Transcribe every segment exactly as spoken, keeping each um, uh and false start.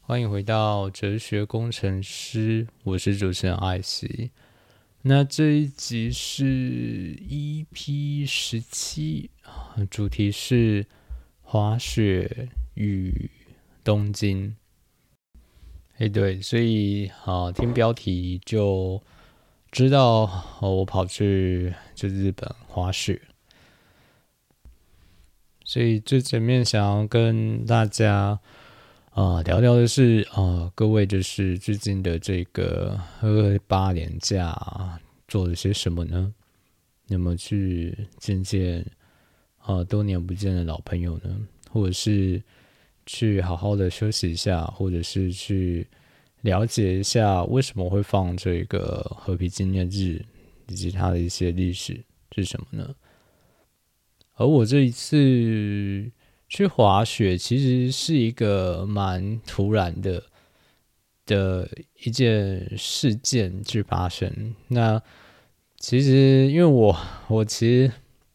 欢迎回到哲学工程师，我是主持人艾希。那这一集是 E P 十七，主题是滑雪与东京。哎，对，所以啊，听标题就知道、哦、我跑去就日本滑雪。所以最前面想要跟大家啊、呃、聊聊的是啊、呃，各位就是最近的这个二八连假、啊、做了些什么呢？有没有去见见啊、呃、多年不见的老朋友呢？或者是去好好的休息一下，或者是去了解一下为什么会放这个和平纪念日，以及它的一些历史是什么呢？而我这一次去滑雪，其实是一个蛮突然的的一件事件去发生。那其实因为我我其实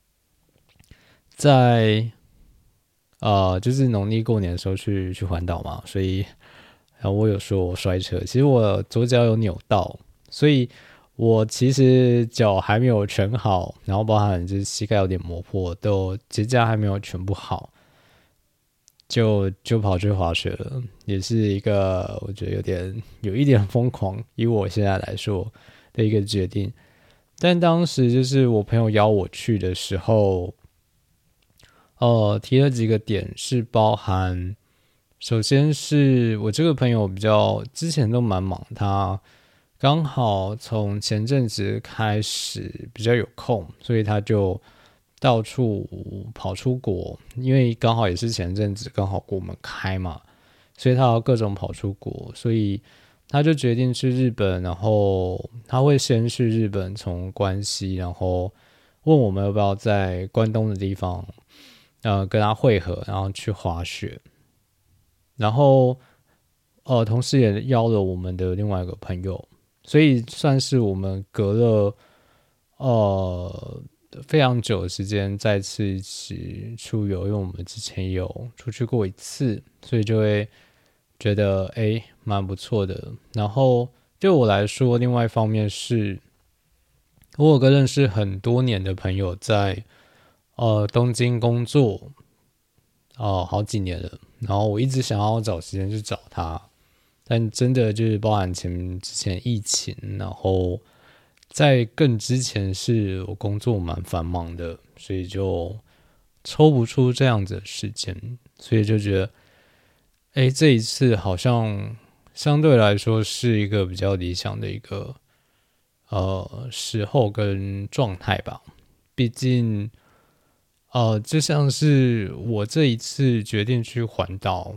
在呃就是农历过年的时候去去环岛嘛，所以然后我有说我摔车，其实我左脚有扭到，所以我其实脚还没有全好，然后包含就是膝盖有点磨破，都结痂还没有全部好，就就跑去滑雪了，也是一个我觉得有点有一点疯狂，以我现在来说的一个决定。但当时就是我朋友邀我去的时候，呃，提了几个点是包含，首先是我这个朋友比较之前都蛮忙，他刚好从前阵子开始比较有空，所以他就到处跑出国，因为刚好也是前阵子刚好国门开嘛，所以他要各种跑出国，所以他就决定去日本，然后他会先去日本从关西，然后问我们要不要在关东的地方，呃，跟他会合，然后去滑雪，然后呃，同时也邀了我们的另外一个朋友，所以算是我们隔了呃非常久的时间再次一起出游，因为我们之前有出去过一次，所以就会觉得诶蛮不错的。然后对我来说，另外一方面是，我有个认识很多年的朋友在呃东京工作哦、呃、好几年了，然后我一直想要找时间去找他，但真的就是包含前之前疫情，然后在更之前是我工作蛮繁忙的，所以就抽不出这样子的时间，所以就觉得，哎，这一次好像相对来说是一个比较理想的一个呃时候跟状态吧。毕竟，呃，就像是我这一次决定去环岛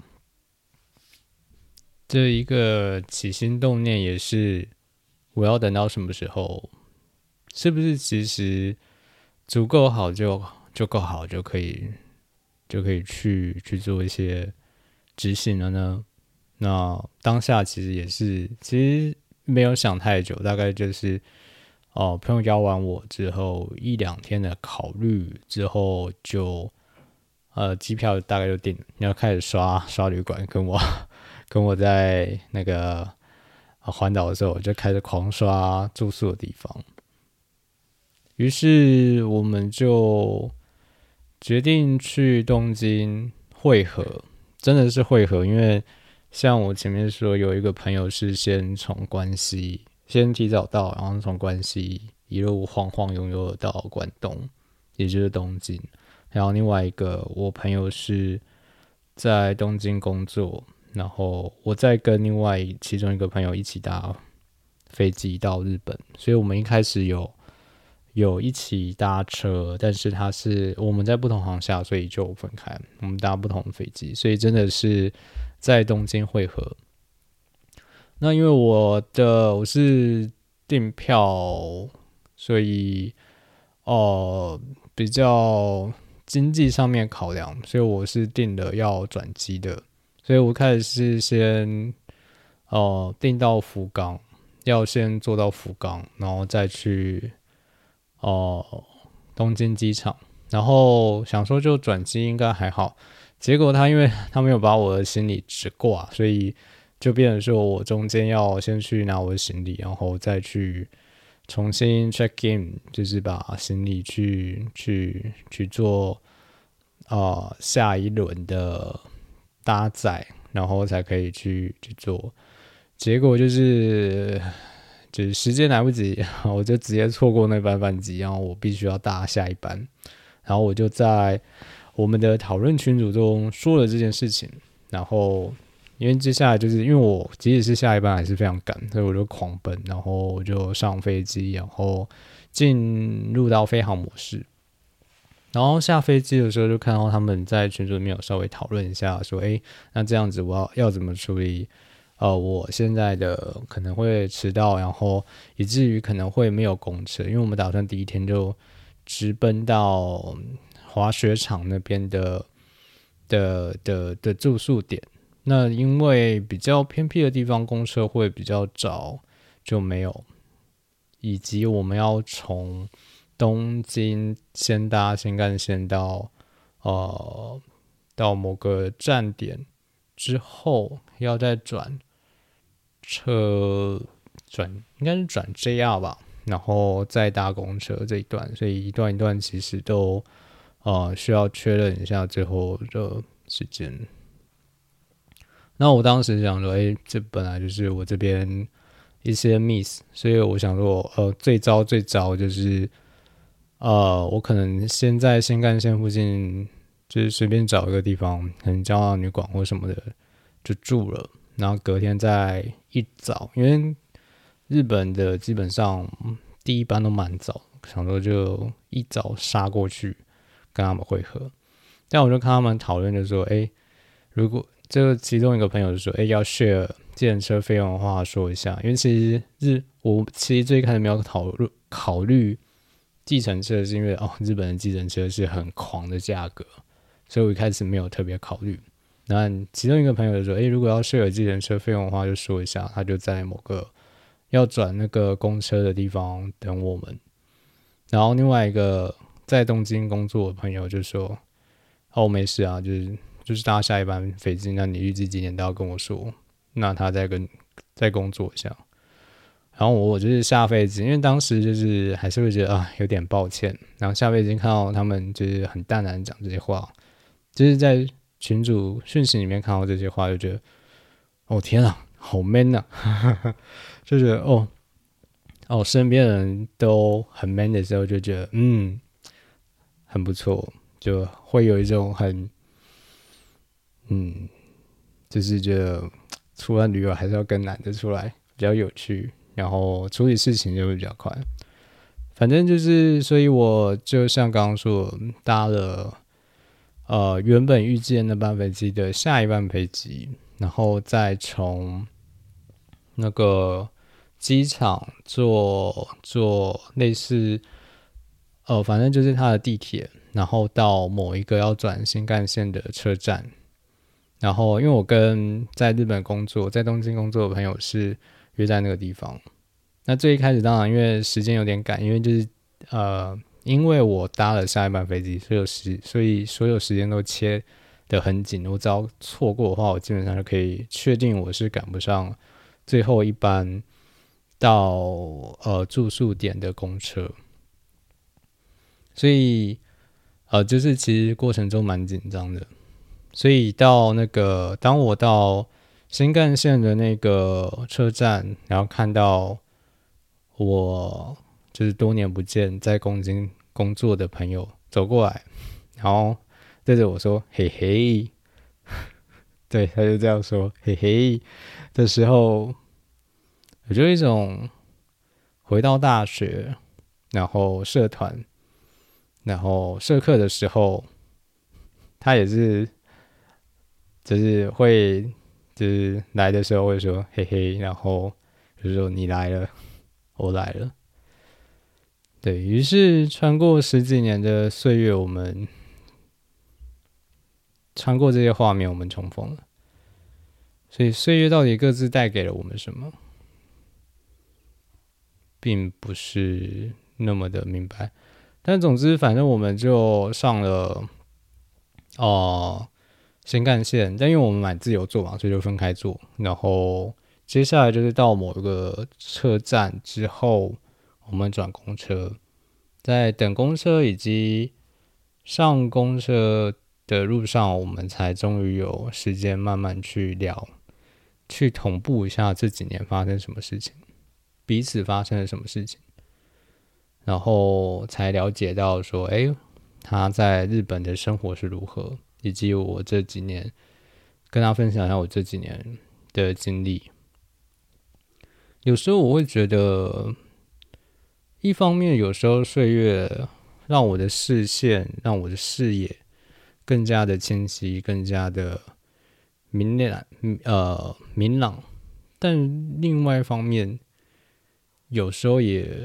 这一个起心动念，也是我要等到什么时候？是不是其实足够好就就够好，就可以就可以去去做一些执行了呢？那当下其实也是，其实没有想太久，大概就是哦，朋友邀完我之后一两天的考虑之后就，呃机票大概就定了，要开始刷刷旅馆，跟我跟我在那个环岛的时候，我就开始狂刷住宿的地方。于是我们就决定去东京汇合，真的是汇合，因为像我前面说，有一个朋友是先从关西先提早到，然后从关西一路晃晃悠悠的到关东，也就是东京。然后另外一个我朋友是在东京工作，然后我再跟另外其中一个朋友一起搭飞机到日本，所以我们一开始有有一起搭车，但是他是我们在不同航厦，所以就分开，我们搭不同的飞机，所以真的是在东京汇合。那因为我的我是订票，所以哦、呃、比较经济上面考量，所以我是订了要转机的，所以我开始是先哦订到福冈，要先坐到福冈，然后再去哦、呃东京机场，然后想说就转机应该还好，结果他因为他没有把我的行李直挂，所以就变成说我中间要先去拿我的行李，然后再去重新 check in， 就是把行李去去去做呃下一轮的搭载，然后才可以去去做。结果就是就是时间来不及，我就直接错过那班班机，然后我必须要搭下一班。然后我就在我们的讨论群组中说了这件事情，然后因为接下来就是因为我即使是下一班还是非常赶，所以我就狂奔，然后我就上飞机，然后进入到飞行模式。然后下飞机的时候就看到他们在群组里面有稍微讨论一下，说，哎，那这样子我要要怎么处理？呃，我现在的可能会迟到，然后以至于可能会没有公车，因为我们打算第一天就直奔到滑雪场那边的的的的住宿点。那因为比较偏僻的地方，公车会比较早就没有，以及我们要从东京先搭新干线到呃到某个站点之后，要再转车转应该是转 J R 吧，然后再搭公车这一段，所以一段一段其实都呃需要确认一下最后的时间。那我当时想说，哎、欸，这本来就是我这边一些 miss， 所以我想说，呃，最糟最糟就是，呃，我可能先在新干线附近，就是随便找一个地方，可能胶囊旅馆或什么的就住了，然后隔天再一早，因为日本的基本上第一班都蛮早，想说就一早杀过去跟他们会合。但我就看他们讨论，就说，哎、欸，如果这个其中一个朋友就说，哎、欸，要 share 计程车费用的话说一下，因为其实日我其实最开始没有考虑考虑计程车，是因为哦日本的计程车是很狂的价格，所以我一开始没有特别考虑。那其中一个朋友就说，哎、欸，如果要 share 计程车费用的话，就说一下，他就在某个要转那个公车的地方等我们。然后另外一个在东京工作的朋友就说，哦没事啊，就是就是搭下一班飞机，那你预计几点都要跟我说，那他再跟再工作一下。然后我就是下飞机，因为当时就是还是会觉得啊有点抱歉。然后下飞机看到他们就是很淡然讲这些话，就是在群组讯息里面看到这些话，就觉得哦天啊，好 man 啊，就觉得哦哦身边的人都很 man 的时候，就觉得嗯很不错，就会有一种很嗯就是觉得出来旅游还是要跟男的出来比较有趣。然后处理事情就会比较快，反正就是，所以我就像刚刚说，搭了呃原本预计的那班飞机的下一班飞机，然后再从那个机场坐坐类似呃，反正就是它的地铁，然后到某一个要转新干线的车站。然后，因为我跟在日本工作、在东京工作的朋友是约在那个地方。那最一开始当然因为时间有点赶，因为就是呃，因为我搭了下一班飞机，所有时所以所有时间都切得很紧。我只要错过的话，我基本上就可以确定我是赶不上最后一班到呃住宿点的公车。所以呃，就是其实过程中蛮紧张的。所以到那个，当我到新干线的那个车站，然后看到我就是多年不见在东京工作的朋友走过来，然后对着我说：“嘿嘿。”对，他就这样说“嘿嘿”的时候，我就有一种回到大学，然后社团，然后社课的时候，他也是。就是会，就是来的时候会说嘿嘿，然后就是说你来了，我来了。对，于是穿过十几年的岁月，我们穿过这些画面，我们重逢了。所以岁月到底各自带给了我们什么，并不是那么的明白。但总之，反正我们就上了哦。呃新干线，但因为我们买自由座嘛，所以就分开坐。然后接下来就是到某一个车站之后，我们转公车，在等公车以及上公车的路上，我们才终于有时间慢慢去聊，去同步一下这几年发生什么事情，彼此发生了什么事情，然后才了解到说，哎，他在日本的生活是如何，以及我这几年跟他分享一下我这几年的经历。有时候我会觉得，一方面有时候岁月让我的视线、让我的视野更加的清晰，更加的明亮，呃，明朗。但另外一方面，有时候也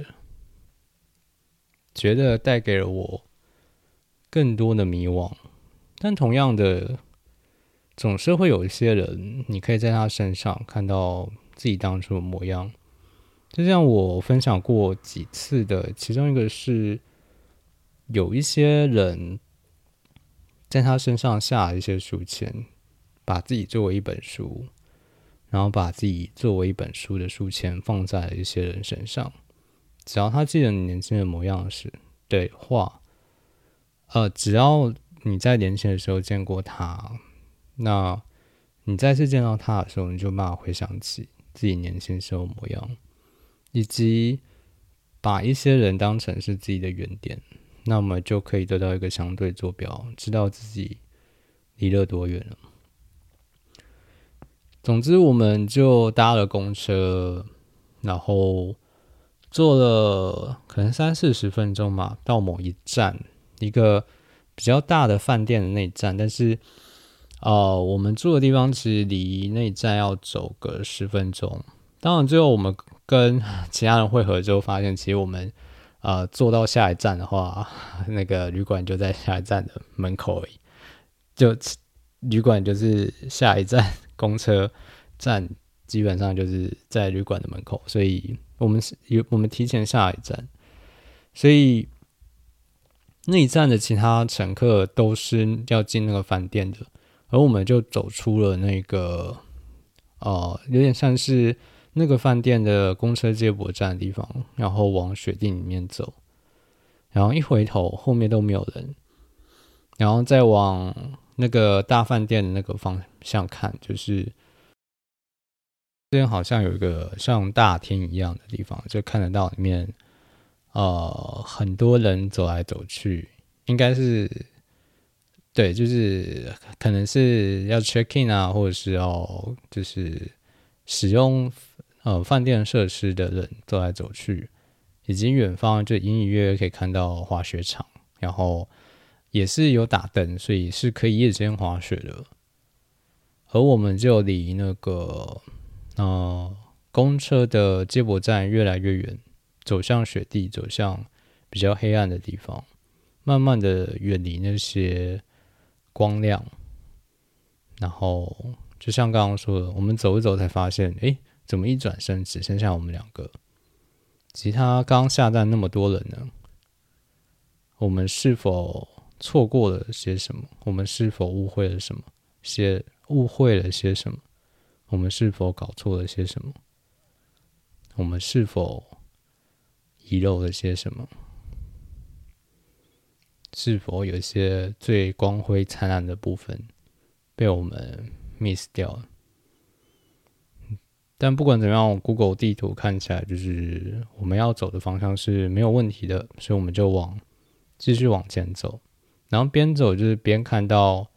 觉得带给了我更多的迷惘。但同样的，总是会有一些人，你可以在他身上看到自己当初的模样。就像我分享过几次的，其中一个是有一些人在他身上下了一些书签，把自己作为一本书，然后把自己作为一本书的书签放在了一些人身上。只要他记得你年轻的模样时的话，呃，只要你在年轻的时候见过他，那你再次见到他的时候，你就慢慢回想起自己年轻时候的模样，以及把一些人当成是自己的原点，那么就可以得到一个相对坐标，知道自己离了多远了。总之，我们就搭了公车，然后坐了可能三四十分钟嘛，到某一站，一个比较大的饭店的那一站，但是呃，我们住的地方其实离那一站要走个十分钟。当然，最后我们跟其他人会合之后，发现其实我们呃坐到下一站的话，那个旅馆就在下一站的门口而已，就旅馆就是下一站公车站，基本上就是在旅馆的门口，所以我们是我们提前下一站，所以那一站的其他乘客都是要进那个饭店的，而我们就走出了那个呃，有点像是那个饭店的公车接驳站的地方，然后往雪地里面走，然后一回头后面都没有人，然后再往那个大饭店的那个方向看，就是这边好像有一个像大厅一样的地方，就看得到里面呃很多人走来走去，应该是对，就是可能是要 check in 啊，或者是要就是使用呃饭店设施的人走来走去，以及远方就隐隐约约可以看到滑雪场，然后也是有打灯，所以是可以夜间滑雪的。而我们就离那个呃公车的接驳站越来越远，走向雪地，走向比较黑暗的地方，慢慢的远离那些光亮。然后就像刚刚说的，我们走一走才发现，诶，怎么一转身只剩下我们两个？其他刚下站那么多人呢？我们是否错过了些什么？我们是否误会了什么？些误会了些什么？我们是否搞错了些什么？我们是否遗漏了些什么？是否有一些最光辉灿烂的部分被我们 miss 掉了？但不管怎么样 ，Google 地图看起来就是我们要走的方向是没有问题的，所以我们就往继续往前走，然后边走就是边看到，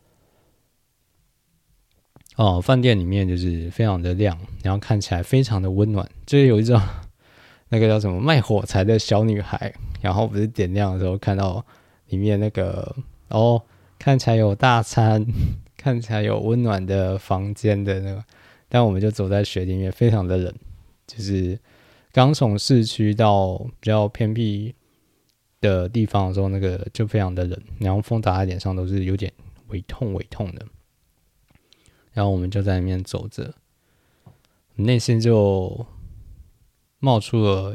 哦，饭店里面就是非常的亮，然后看起来非常的温暖，就是有一种那个叫什么卖火柴的小女孩，然后不是点亮的时候看到里面那个哦，看起来有大餐，看起来有温暖的房间的那个。但我们就走在雪里面，非常的冷，就是刚从市区到比较偏僻的地方的时候，那个就非常的冷，然后风打在脸上都是有点微痛微痛的。然后我们就在里面走着，内心就冒出了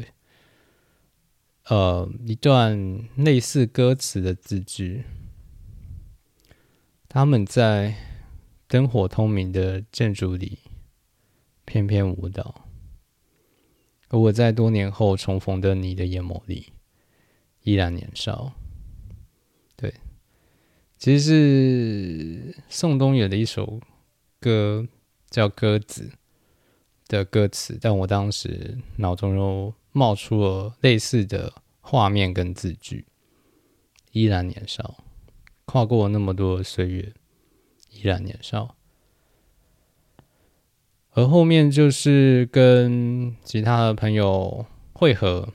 呃一段类似歌词的字句，他们在灯火通明的建筑里翩翩舞蹈，而我在多年后重逢的你的眼眸里依然年少。对，其实是宋冬野的一首歌叫《鸽子》的歌词，但我当时脑中又冒出了类似的画面跟字句。依然年少，跨过那么多的岁月，依然年少。而后面就是跟其他的朋友会合，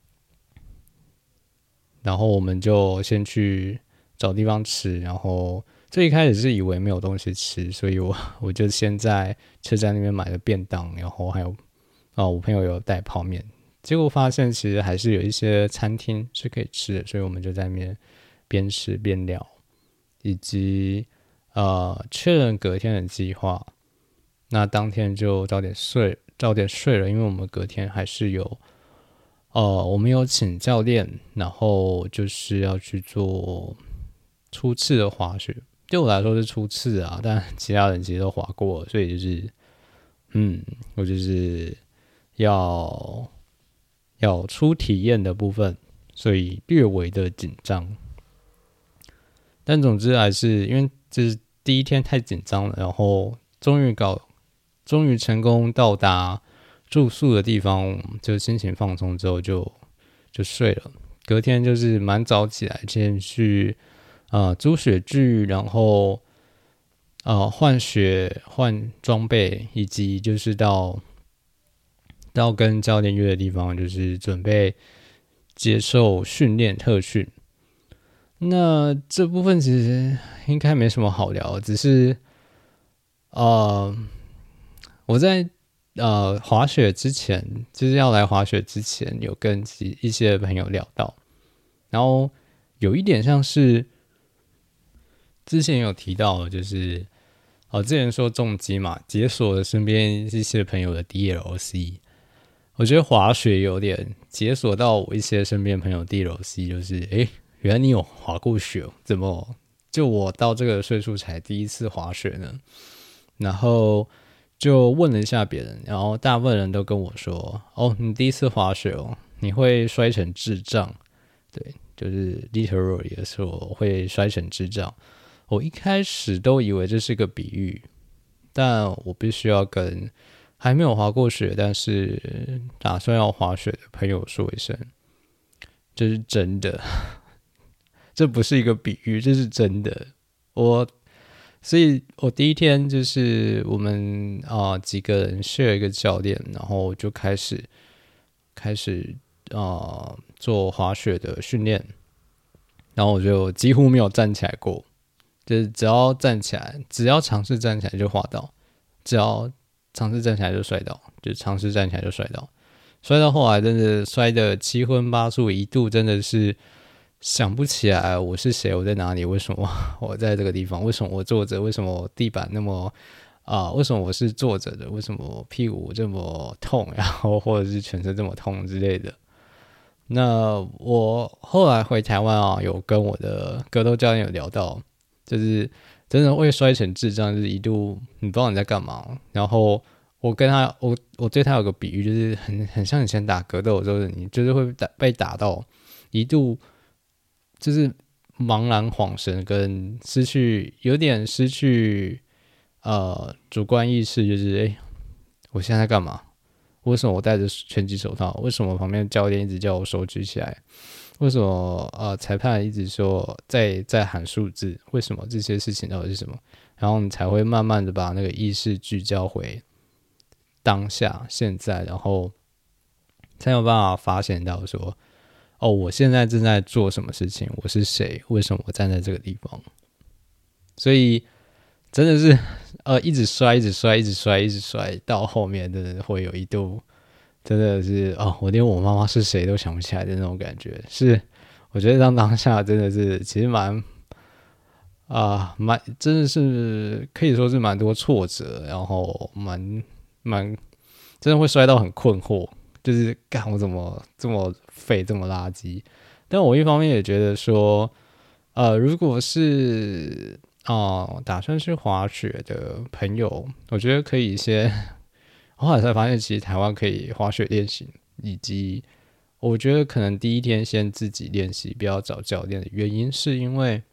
然后我们就先去找地方吃，然后最一开始是以为没有东西吃，所以我我就先在车站那边买了便当，然后还有啊、哦，我朋友有带泡面，结果发现其实还是有一些餐厅是可以吃的，所以我们就在那边边吃边聊，以及呃确认隔天的计划。那当天就早点睡，早点睡了，因为我们隔天还是有呃，我们有请教练，然后就是要去做初次的滑雪。对我来说是初次啊，但其他人其实都滑过了，所以就是嗯，我就是要要初体验的部分，所以略微的紧张。但总之还是因为这是第一天太紧张了，然后终于搞，终于成功到达住宿的地方，就心情放松之后就就睡了。隔天就是蛮早起来，先去呃租雪具，然后呃换雪、换装备，以及就是到到跟教练约的地方，就是准备接受训练特训。那这部分其实应该没什么好聊，只是呃我在呃滑雪之前，就是要来滑雪之前，有跟一些朋友聊到，然后有一点像是之前有提到的，就是哦之前说重击嘛，解锁了身边一些朋友的 D L C。我觉得滑雪有点解锁到我一些身边朋友 D L C， 就是诶，原来你有滑过雪，怎么就我到这个岁数才第一次滑雪呢？然后就问了一下别人，然后大部分人都跟我说：“哦，你第一次滑雪哦，你会摔成智障。”对，就是 literally 的时候会摔成智障。我一开始都以为这是个比喻，但我必须要跟还没有滑过雪，但是打算要滑雪的朋友说一声，这是真的，这不是一个比喻，这是真的。我，所以我第一天就是我们啊、呃、几个人 share 一个教练，然后就开始开始啊、呃、做滑雪的训练，然后我就几乎没有站起来过，就是只要站起来，只要尝试站起来就滑倒，只要尝试站起来就摔倒，就尝试站起来就摔倒，摔到后来真的摔得七荤八素，一度真的是想不起来我是谁，我在哪里，为什么我在这个地方，为什么我坐着，为什么地板那么啊、呃，为什么我是坐着的，为什么屁股这么痛，然后或者是全身这么痛之类的。那我后来回台湾啊，有跟我的格斗教练有聊到，就是真的会摔成智障，就是一度你不知道你在干嘛。然后我跟他，我我对他有个比喻，就是很很像以前打格斗的时候，你就是会打被打到一度就是茫然恍神，跟失去有点失去呃主观意识，就是哎、欸，我现在在干嘛？为什么我戴着拳击手套？为什么旁边教练一直叫我手举起来？为什么呃裁判一直说在在喊数字？为什么这些事情到底是什么？然后你才会慢慢的把那个意识聚焦回当下现在，然后才有办法发现到说，哦，我现在正在做什么事情？我是谁？为什么我站在这个地方？所以真的是呃一直摔，一直摔，一直摔，一直摔，到后面真的会有一度。真的是哦，我连我妈妈是谁都想不起来的那种感觉，是我觉得当当下真的是其实蛮啊蛮真的是可以说是蛮多挫折，然后蛮蛮真的会摔到很困惑，就是干我怎么这么废这么垃圾？但我一方面也觉得说，呃，如果是哦、打算去滑雪的朋友，我觉得可以先，我后来才发现，其实台湾可以滑雪练习，以及我觉得可能第一天先自己练习，不要找教练的原因，是因为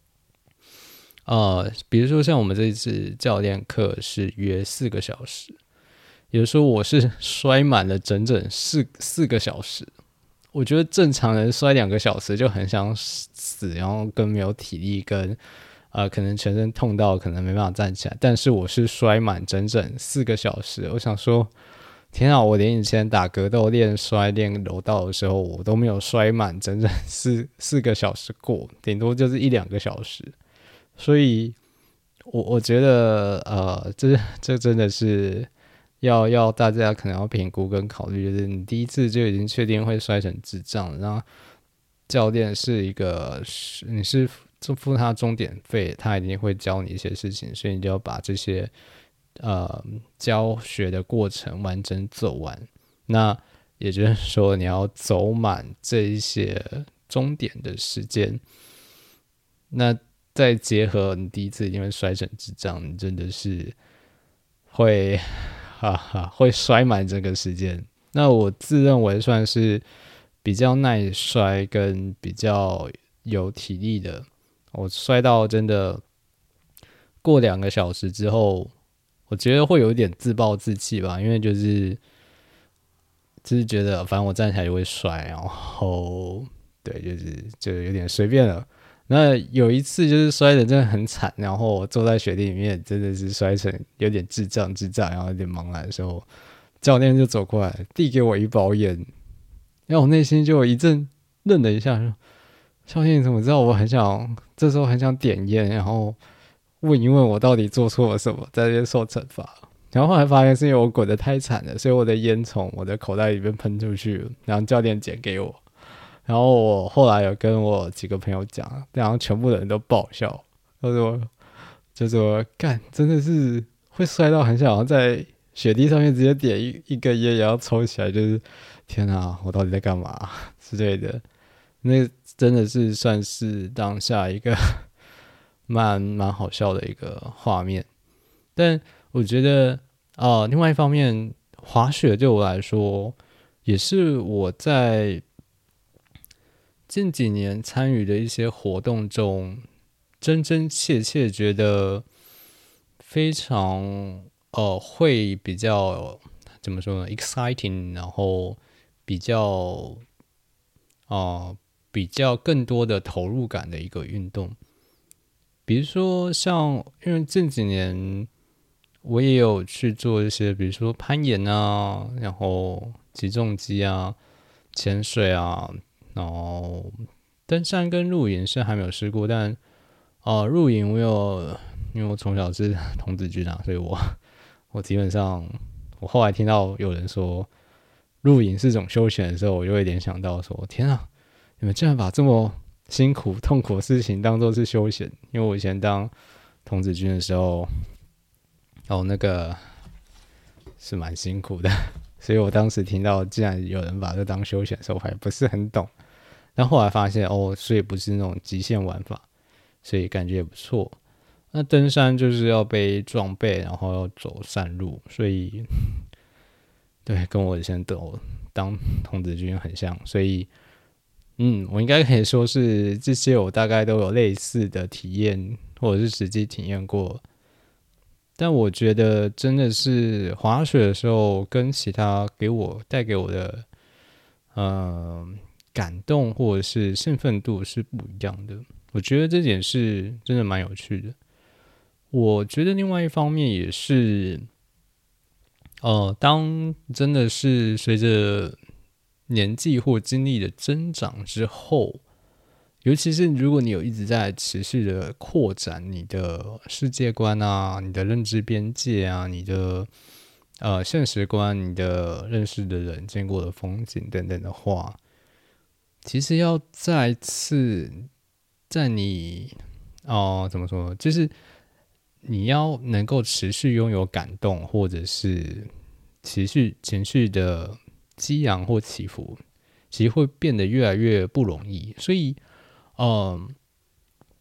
呃，比如说像我们这一次教练课是约四个小时，有时候我是摔满了整整四四个小时。我觉得正常人摔两个小时就很想死，然后跟没有体力，跟呃可能全身痛到可能没办法站起来。但是我是摔满整整四个小时，我想说，天啊！我连以前打格斗、练摔、练柔道的时候，我都没有摔满整整四四个小时过，顶多就是一两个小时。所以我我觉得，呃，这这真的是要要大家可能要评估跟考虑，就是你第一次就已经确定会摔成智障了，然后教练是一个你是付他钟点费，他一定会教你一些事情，所以你就要把这些呃教学的过程完整走完。那也就是说，你要走满这一些终点的时间。那再结合你第一次一定会摔成智障，你真的是会哈哈会摔满这个时间。那我自认为算是比较耐摔跟比较有体力的，我摔到真的过两个小时之后，我觉得会有一点自暴自弃吧，因为就是就是觉得反正我站起来就会摔，然后对，就是就有点随便了。那有一次就是摔的真的很惨，然后我坐在雪地里面，真的是摔成有点智障智障，然后有点茫然的时候，教练就走过来递给我一包烟，然后我内心就有一阵愣了一下，说：教练你怎么知道我很想，这时候很想点烟，然后问一问我到底做错了什么，在这边受惩罚。然后后来发现是因为我滚得太惨了，所以我的烟从我的口袋里面喷出去了，然后教练捡给我。然后我后来有跟我几个朋友讲，然后全部的人都爆笑，他说就说干真的是会摔到很想要在雪地上面直接点一一根烟，然后抽起来，就是天啊，我到底在干嘛之类的。那真的是算是当下一个蛮蛮好笑的一个画面。但我觉得呃，另外一方面，滑雪对我来说也是我在近几年参与的一些活动中，真真切切觉得非常呃会比较怎么说呢 exciting， 然后比较呃比较更多的投入感的一个运动。比如说像因为近几年我也有去做一些，比如说攀岩啊，然后起重机啊，潜水啊，然后登山跟露营是还没有试过，但呃，露营我有，因为我从小是童子军啊，所以我我基本上，我后来听到有人说露营是种休闲的时候，我就会联想到说，天啊，你们竟然把这么辛苦痛苦的事情当作是休闲。因为我以前当童子军的时候，哦，那个是蛮辛苦的，所以我当时听到竟然有人把这当休闲的时候，我还不是很懂。但后来发现哦，所以不是那种极限玩法，所以感觉也不错。那登山就是要背装备，然后要走山路，所以对，跟我以前都当童子军很像，所以嗯，我应该可以说是这些我大概都有类似的体验，或者是实际体验过。但我觉得真的是滑雪的时候，跟其他给我带给我的，呃，感动或者是兴奋度是不一样的。我觉得这点是真的蛮有趣的。我觉得另外一方面也是，呃，当真的是随着年纪或经历的增长之后，尤其是如果你有一直在持续的扩展你的世界观啊、你的认知边界啊、你的呃现实观、你的认识的人、见过的风景等等的话，其实要再次在你哦、呃、怎么说，就是你要能够持续拥有感动，或者是持续情绪的激昂或起伏，其实会变得越来越不容易。所以，嗯，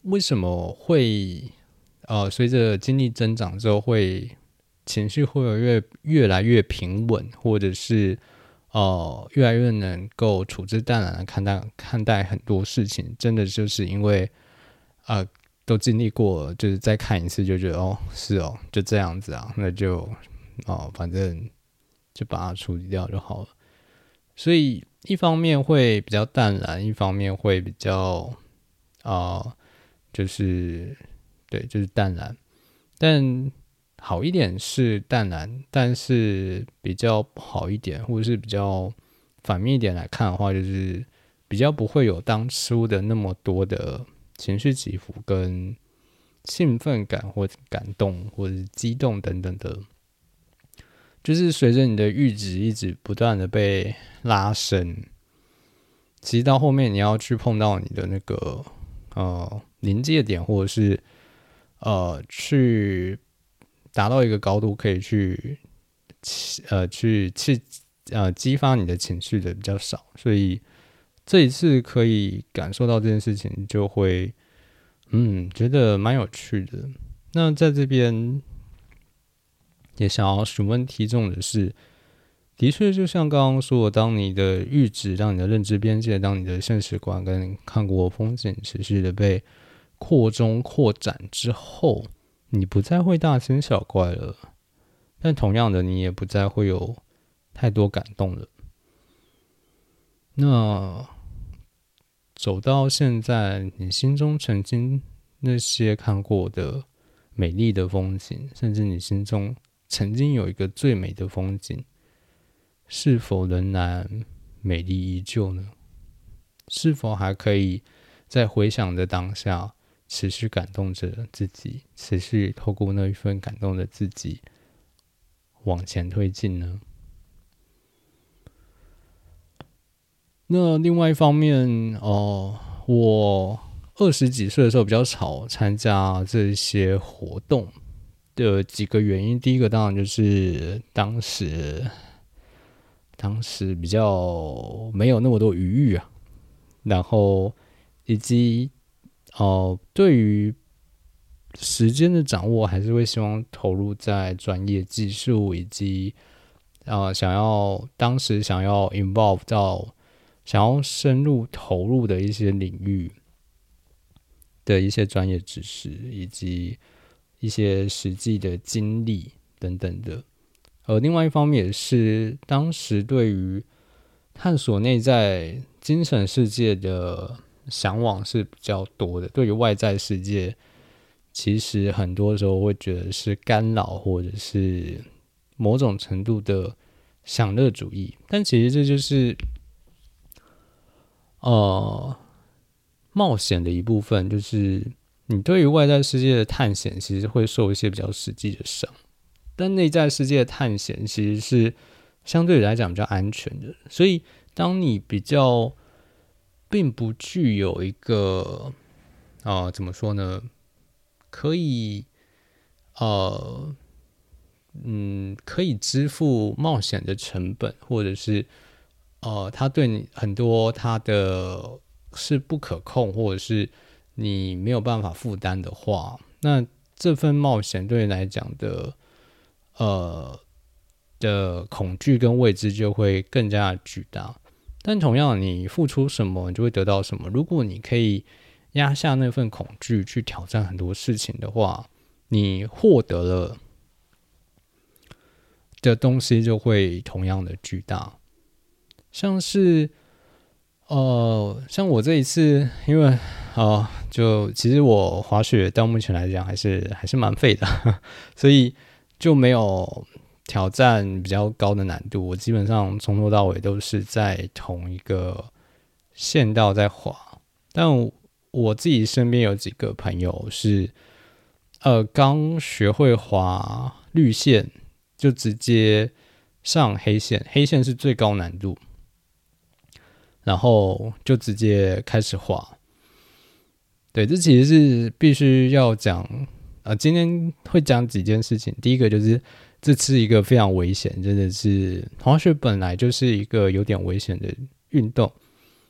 为什么会呃随着经历增长之后会情绪会有越越来越平稳，或者是呃越来越能够处之淡然的看待看待很多事情，真的就是因为呃都经历过了，就是再看一次就觉得哦是哦就这样子啊，那就哦反正就把它处理掉就好了。所以一方面会比较淡然，一方面会比较啊、呃、就是对就是淡然，但好一点是淡然，但是比较不好一点或者是比较反面一点来看的话，就是比较不会有当初的那么多的情绪起伏跟兴奋感或者感动或者是激动等等的，就是随着你的阈值一直不断的被拉伸，其实到后面你要去碰到你的那个呃临界点，或者是呃去达到一个高度，可以去呃去去呃激发你的情绪的比较少，所以这一次可以感受到这件事情，就会嗯觉得蛮有趣的。那在这边也想要询问听众的是，的确就像刚刚说的，当你的阈值、当你的认知边界、当你的现实观跟看过风景持续的被扩充扩展之后，你不再会大惊小怪了，但同样的，你也不再会有太多感动了。那走到现在，你心中曾经那些看过的美丽的风景，甚至你心中曾经有一个最美的风景，是否仍然美丽依旧呢？是否还可以在回想的当下持续感动着自己，持续透过那一份感动的自己往前推进呢？那另外一方面，哦、呃，我二十几岁的时候比较少参加这些活动的几个原因，第一个当然就是当时当时比较没有那么多余裕啊，然后以及哦、呃，对于时间的掌握，还是会希望投入在专业技术以及呃想要当时想要 involve 到想要深入投入的一些领域的一些专业知识，以及一些实际的经历等等的。而另外一方面也是当时对于探索内在精神世界的向往是比较多的，对于外在世界其实很多时候会觉得是干扰或者是某种程度的享乐主义，但其实这就是呃冒险的一部分，就是你对于外在世界的探险其实会受一些比较实际的伤，但内在世界的探险其实是相对来讲比较安全的，所以当你比较并不具有一个呃怎么说呢，可以呃嗯可以支付冒险的成本，或者是呃他对你很多他的是不可控，或者是你没有办法负担的话，那这份冒险对你来讲的呃的恐惧跟未知就会更加的巨大。但同样，你付出什么，你就会得到什么。如果你可以压下那份恐惧，去挑战很多事情的话，你获得了的东西就会同样的巨大。像是呃，像我这一次，因为呃，就其实我滑雪到目前来讲还是还是蛮废的，所以就没有挑战比较高的难度。我基本上从头到尾都是在同一个线道在滑，但我自己身边有几个朋友是呃刚学会滑绿线，就直接上黑线，黑线是最高难度。然后就直接开始滑，对，这其实是必须要讲，呃，今天会讲几件事情。第一个就是这是一个非常危险，真的是滑雪本来就是一个有点危险的运动，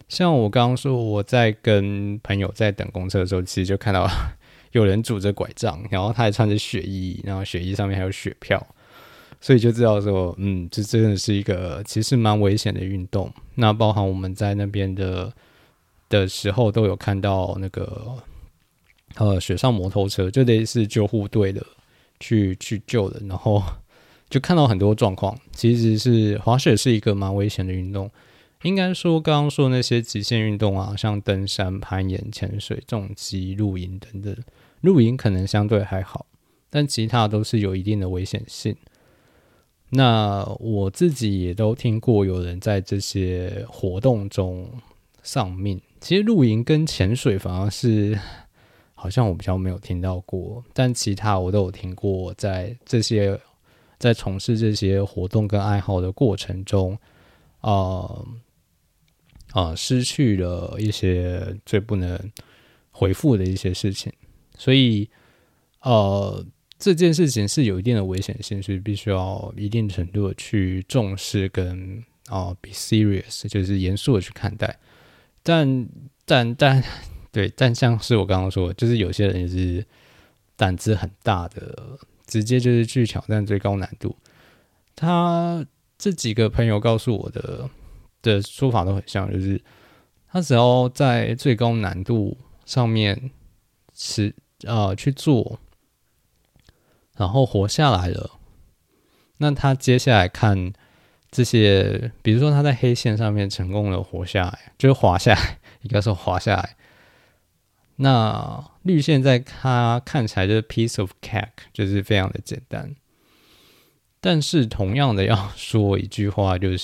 像我刚刚说，我在跟朋友在等公车的时候，其实就看到有人拄着拐杖，然后他还穿着雪衣，然后雪衣上面还有雪票，所以就知道说，嗯，这真的是一个其实蛮危险的运动。那包含我们在那边的的时候，都有看到那个呃雪上摩托车，就类似救护队的去去救人，然后就看到很多状况。其实是滑雪是一个蛮危险的运动。应该说，刚刚说那些极限运动啊，像登山、攀岩、潜水、重机、露营等等，露营可能相对还好，但其他都是有一定的危险性。那我自己也都听过有人在这些活动中丧命。其实露营跟潜水反而是好像我比较没有听到过，但其他我都有听过，在这些在从事这些活动跟爱好的过程中，呃。呃，失去了一些最不能回复的一些事情，所以呃，这件事情是有一定的危险性，所以必须要一定程度的去重视跟啊、呃、be serious， 就是严肃的去看待。但但但对，但像是我刚刚说的，就是有些人也是胆子很大的，直接就是去挑战最高难度。他这几个朋友告诉我的。的说法都很像，就是他只要在最高难度上面是呃去做，然后活下来了，那他接下来看这些，比如说他在黑线上面成功的活下来，就是滑下来，应该说滑下来。那绿线在他看起来就是 piece of cake， 就是非常的简单。但是同样的要说一句话，就是。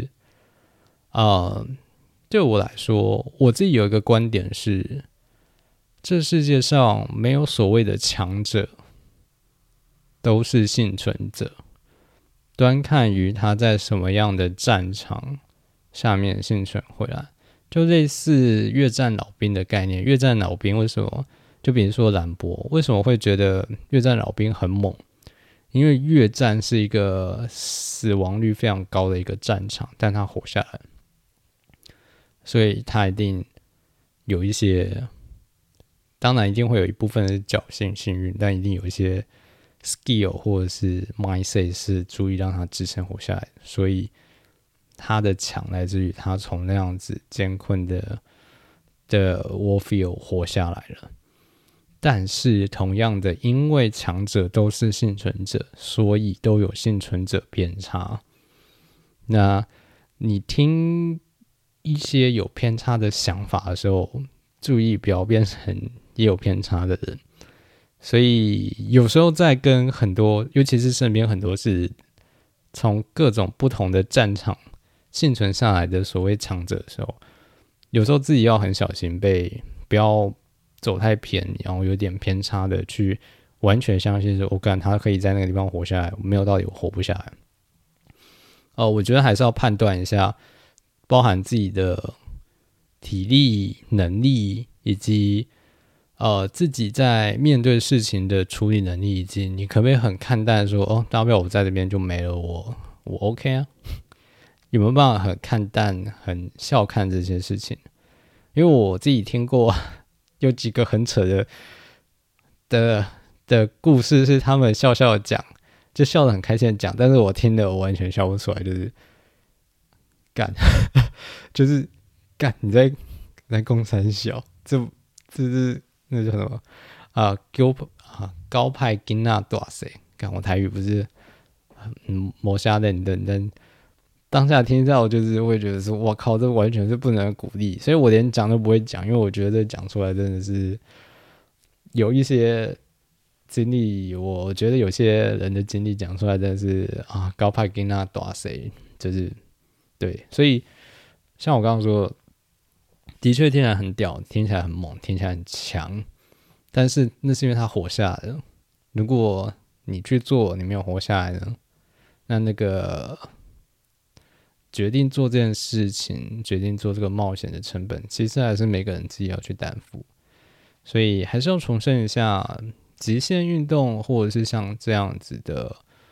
呃，对我来说，我自己有一个观点是，这世界上没有所谓的强者，都是幸存者。端看于他在什么样的战场下面幸存回来，就类似越战老兵的概念。越战老兵为什么？就比如说兰博，为什么会觉得越战老兵很猛？因为越战是一个死亡率非常高的一个战场，但他活下来。所以他一定有一些，当然一定会有一部分是侥幸幸运，但一定有一些 skill 或者是 mindset 是足以让他支撑活下来的。所以他的强来自于他从那样子艰困的的 warfare 活下来了。但是同样的，因为强者都是幸存者，所以都有幸存者偏差。那你听一些有偏差的想法的时候，注意不要变成也有偏差的人。所以有时候在跟很多，尤其是身边很多是从各种不同的战场幸存下来的所谓强者的时候，有时候自己要很小心被，不要走太偏，然后有点偏差的去完全相信说，我、哦、干他可以在那个地方活下来，没有道理我活不下来。呃，我觉得还是要判断一下。包含自己的体力、能力，以及呃自己在面对事情的处理能力，以及你可不可以很看淡说，哦，大不了我在这边就没了，我我 OK 啊？有没有办法很看淡、很笑看这些事情？因为我自己听过有几个很扯的的的故事，是他们笑笑的讲，就笑得很开心的讲，但是我听了我完全笑不出来，就是。干，就是干，你在在攻三小，这这是那叫什么啊？高啊高派金纳多塞，干我台语不是嗯磨瞎认真，但当下听到就是会觉得说，我靠，这完全是不能鼓励，所以我连讲都不会讲，因为我觉得讲出来真的是有一些经历，我觉得有些人的经历讲出来真的是啊高派金纳多塞，就是。对，所以像我刚刚说，的确听起来很屌，听起来很猛，听起来很强，但是那是因为他活下来了。如果你去做，你没有活下来呢，那那个决定做这件事情，决定做这个冒险的成本，其实还是每个人自己要去担负。所以还是要重申一下，极限运动或者是像这样子的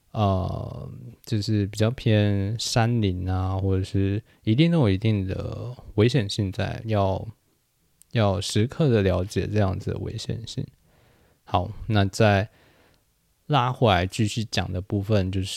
呃，就是比较偏山林啊，或者是一定都有一定的危险性在，要要时刻的了解这样子的危险性。好，那再拉回来继续讲的部分就是，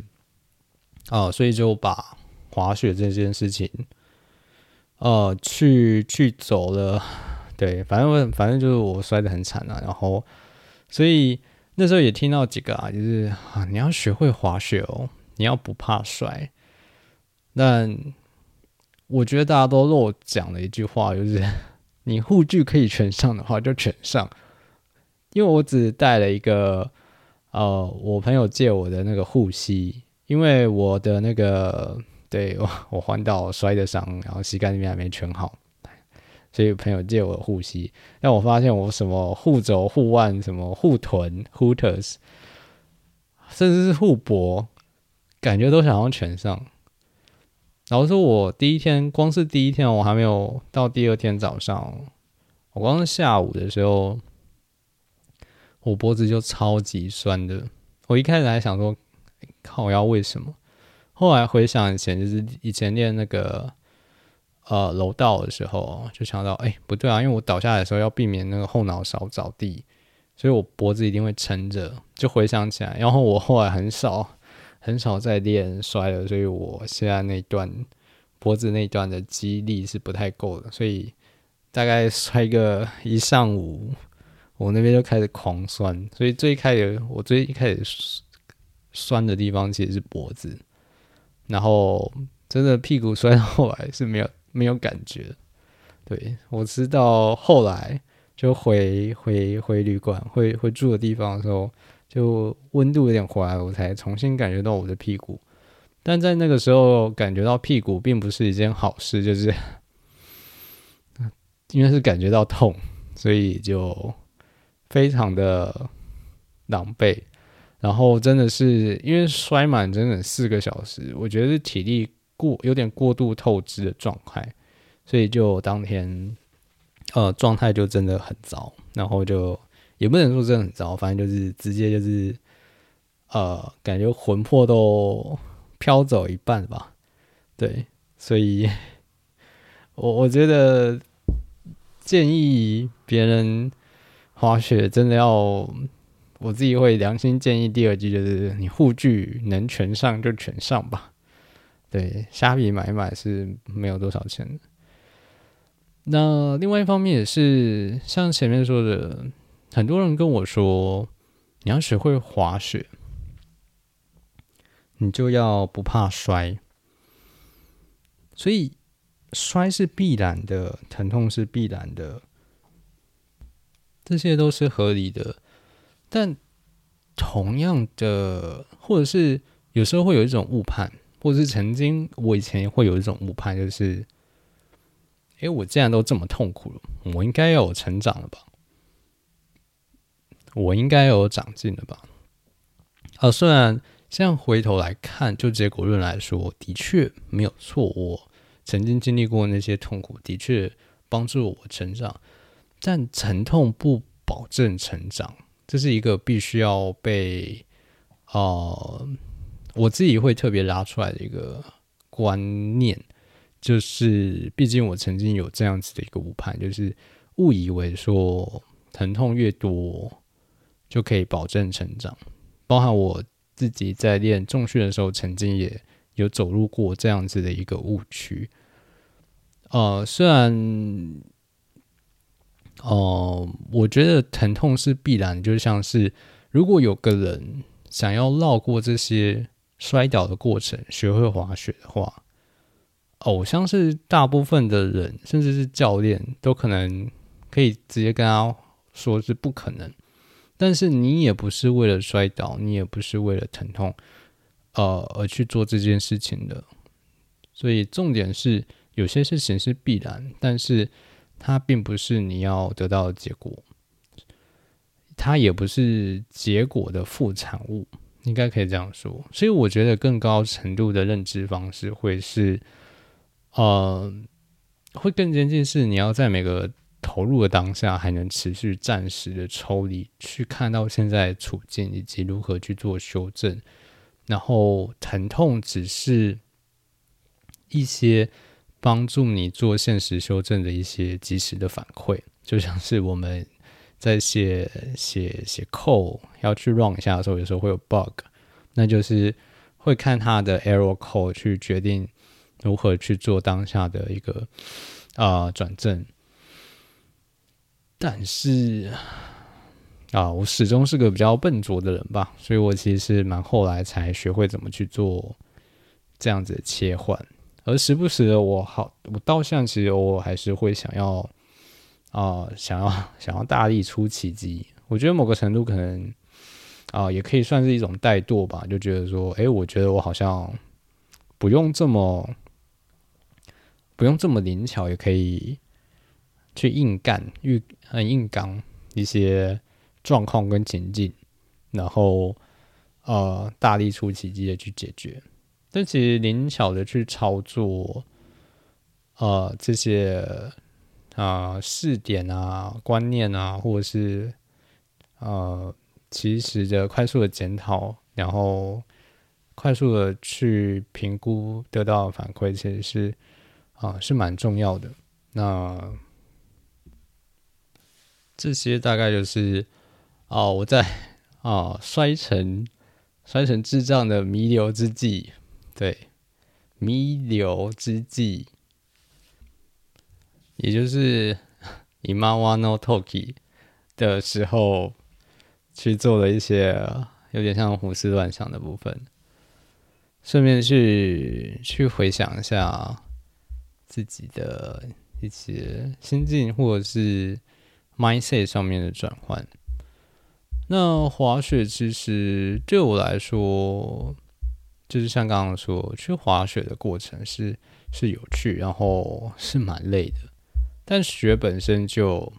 哦，所以就把滑雪这件事情，呃，去去走了，对，反正反正就是我摔得很惨啊，然后所以那时候也听到几个啊，就是啊，你要学会滑雪哦，你要不怕摔。但我觉得大家都漏讲了一句话，就是你护具可以全上的话就全上，因为我只带了一个呃，我朋友借我的那个护膝，因为我的那个对我我环岛摔的伤，然后膝盖那边还没全好，所以朋友借我的护膝。但我发现我什么护肘、护腕、什么护臀、hooters，甚至是护脖，感觉都想要全上。然后说我第一天，光是第一天我还没有到第二天早上，我光是下午的时候，我脖子就超级酸的。我一开始还想说，靠腰为什么？后来回想以前，就是以前练那个呃柔道的时候，就想到，哎、欸，不对啊，因为我倒下来的时候要避免那个后脑勺着地，所以我脖子一定会撑着。就回想起来，然后我后来很少很少再练摔了，所以我现在那段脖子那段的肌力是不太够的，所以大概摔个一上午，我那边就开始狂酸。所以最开始我最一开始酸的地方其实是脖子，然后真的屁股摔到后来是没有没有感觉。对，我知道后来就回回回旅馆回回住的地方的时候，就温度有点回来了，我才重新感觉到我的屁股。但在那个时候感觉到屁股并不是一件好事，就是因为是感觉到痛，所以就非常的狼狈。然后真的是因为摔满整整四个小时，我觉得是体力过有点过度透支的状态，所以就当天呃状态就真的很糟，然后就也不能说真的很糟，反正就是直接就是呃感觉魂魄都飘走一半吧。对，所以我我觉得建议别人滑雪真的要。我自己会良心建议，第二句就是你护具能全上就全上吧。对，虾皮买一买是没有多少钱的。那另外一方面也是像前面说的，很多人跟我说，你要学会滑雪，你就要不怕摔。所以摔是必然的，疼痛是必然的，这些都是合理的。但同样的，或者是有时候会有一种误判，或者是曾经我以前会有一种误判，就是，哎，我既然都这么痛苦了，我应该要有成长了吧？我应该要有长进了吧？啊，虽然这样回头来看，就结果论来说，的确没有错，我曾经经历过那些痛苦，的确帮助我成长，但疼痛不保证成长。这是一个必须要被呃，我自己会特别拉出来的一个观念，就是毕竟我曾经有这样子的一个误判，就是误以为说疼痛越多就可以保证成长，包含我自己在练重训的时候，曾经也有走入过这样子的一个误区。呃，虽然。哦、呃，我觉得疼痛是必然，就像是如果有个人想要绕过这些摔倒的过程，学会滑雪的话，哦，我相信大部分的人，甚至是教练，都可能可以直接跟他说是不可能。但是你也不是为了摔倒，你也不是为了疼痛，呃，而去做这件事情的。所以重点是，有些事情是必然，但是它并不是你要得到的结果，它也不是结果的副产物，应该可以这样说。所以我觉得更高程度的认知方式会是，呃，会更接近是你要在每个投入的当下，还能持续暂时的抽离，去看到现在的处境以及如何去做修正。 然后疼痛只是一些帮助你做现实修正的一些及时的反馈，就像是我们在写写写 code 要去 run 一下的时候，有时候会有 bug， 那就是会看它的 error code 去决定如何去做当下的一个啊、呃、转正。但是啊，我始终是个比较笨拙的人吧，所以我其实是蛮后来才学会怎么去做这样子的切换。而时不时的我好，我到现在其实偶尔还是会想要啊、呃，想要想要大力出奇迹。我觉得某个程度可能啊、呃，也可以算是一种怠惰吧，就觉得说，哎，我觉得我好像不用这么不用这么灵巧，也可以去硬干、很硬刚一些状况跟情境，然后呃大力出奇迹的去解决。但其实灵巧的去操作，呃这些啊、呃、试点啊、观念啊，或者是呃其实的快速的检讨，然后快速的去评估得到的反馈，其实是啊、呃、是蛮重要的。那这些大概就是哦，我在啊、哦、摔成摔成智障的弥留之际，对，弥留之际，也就是Imawa no Toki 的时候去做了一些有点像胡思乱想的部分，顺便去去回想一下自己的一些心境或者是 mindset 上面的转换。那滑雪其实对我来说，就是像刚刚说，去滑雪的过程是是有趣，然后是蛮累的，但雪本身就，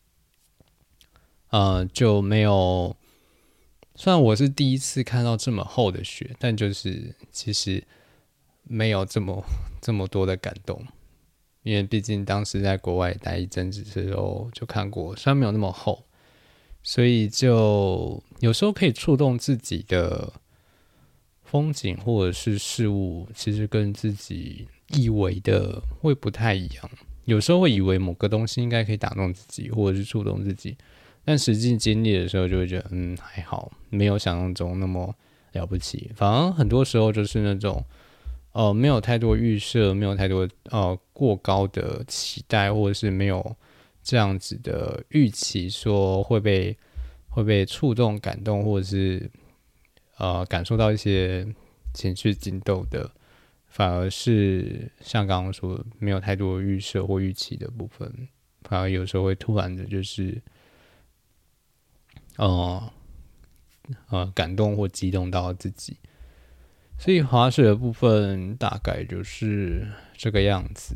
呃，就没有。虽然我是第一次看到这么厚的雪，但就是其实没有这么这么多的感动，因为毕竟当时在国外待一阵子的时候就看过，虽然没有那么厚。所以就有时候可以触动自己的风景或者是事物，其实跟自己以为的会不太一样。有时候会以为某个东西应该可以打动自己，或者是触动自己，但实际经历的时候就会觉得，嗯，还好，没有想象中那么了不起。反而很多时候就是那种，呃，没有太多预设，没有太多呃过高的期待，或者是没有这样子的预期，说会被会被触动、感动，或者是呃感受到一些情绪激动的，反而是像刚刚说没有太多预设或预期的部分，反而有时候会突然的，就是呃呃感动或激动到自己。所以滑雪的部分大概就是这个样子。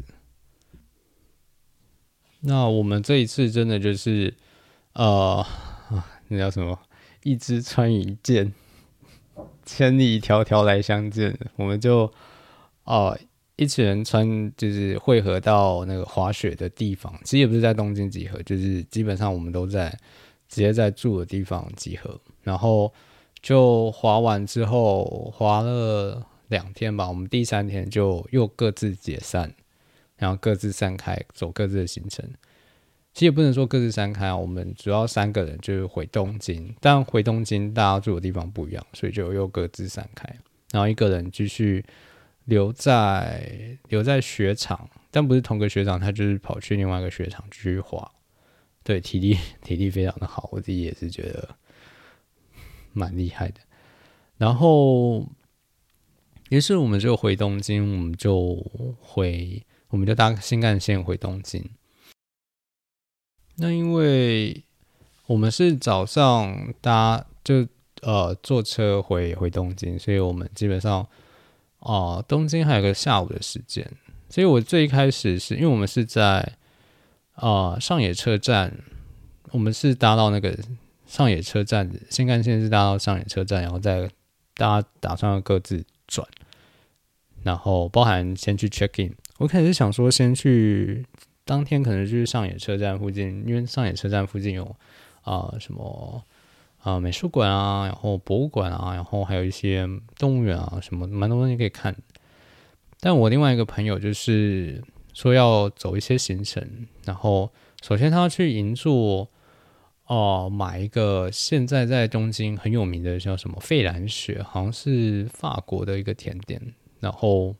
那我们这一次真的就是呃，那叫什么？一支穿一箭，千里迢迢来相见。我们就哦、呃，一群人穿就是汇合到那个滑雪的地方，其实也不是在东京集合，就是基本上我们都在直接在住的地方集合，然后就滑完之后滑了两天吧，我们第三天就又各自解散，然后各自散开，走各自的行程。其实也不能说各自散开啊，我们主要三个人就是回东京，但回东京大家住的地方不一样，所以就又各自散开。然后一个人继续留在留在雪场，但不是同个雪场，他就是跑去另外一个雪场继续滑。对，体力体力非常的好，我自己也是觉得蛮厉害的。然后于是我们就回东京，我们就回我们就搭新干线回东京。那因为我们是早上搭就呃坐车回回东京，所以我们基本上哦、呃、东京还有个下午的时间，所以我最一开始是因为我们是在啊、呃、上野车站，我们是搭到那个上野车站，新干线是搭到上野车站，然后再大家打算要各自转，然后包含先去 check in， 我开始想说先去。当天可能就是上野车站附近，因为上野车站附近有啊、呃、什么啊、呃、美术馆啊，然后博物馆啊，然后还有一些动物园啊，什么蛮多东西可以看。但我另外一个朋友就是说要走一些行程，然后首先他要去银座哦、呃，买一个现在在东京很有名的叫什么费兰雪，好像是法国的一个甜点，然后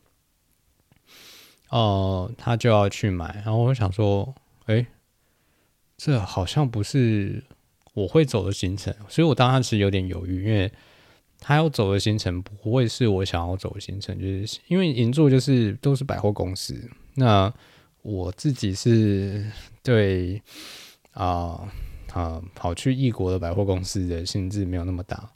呃他就要去买，然后我想说，哎，这好像不是我会走的行程，所以我当时有点犹豫，因为他要走的行程不会是我想要走的行程，就是因为银座就是都是百货公司，那我自己是对啊啊、呃呃、跑去异国的百货公司的兴致没有那么大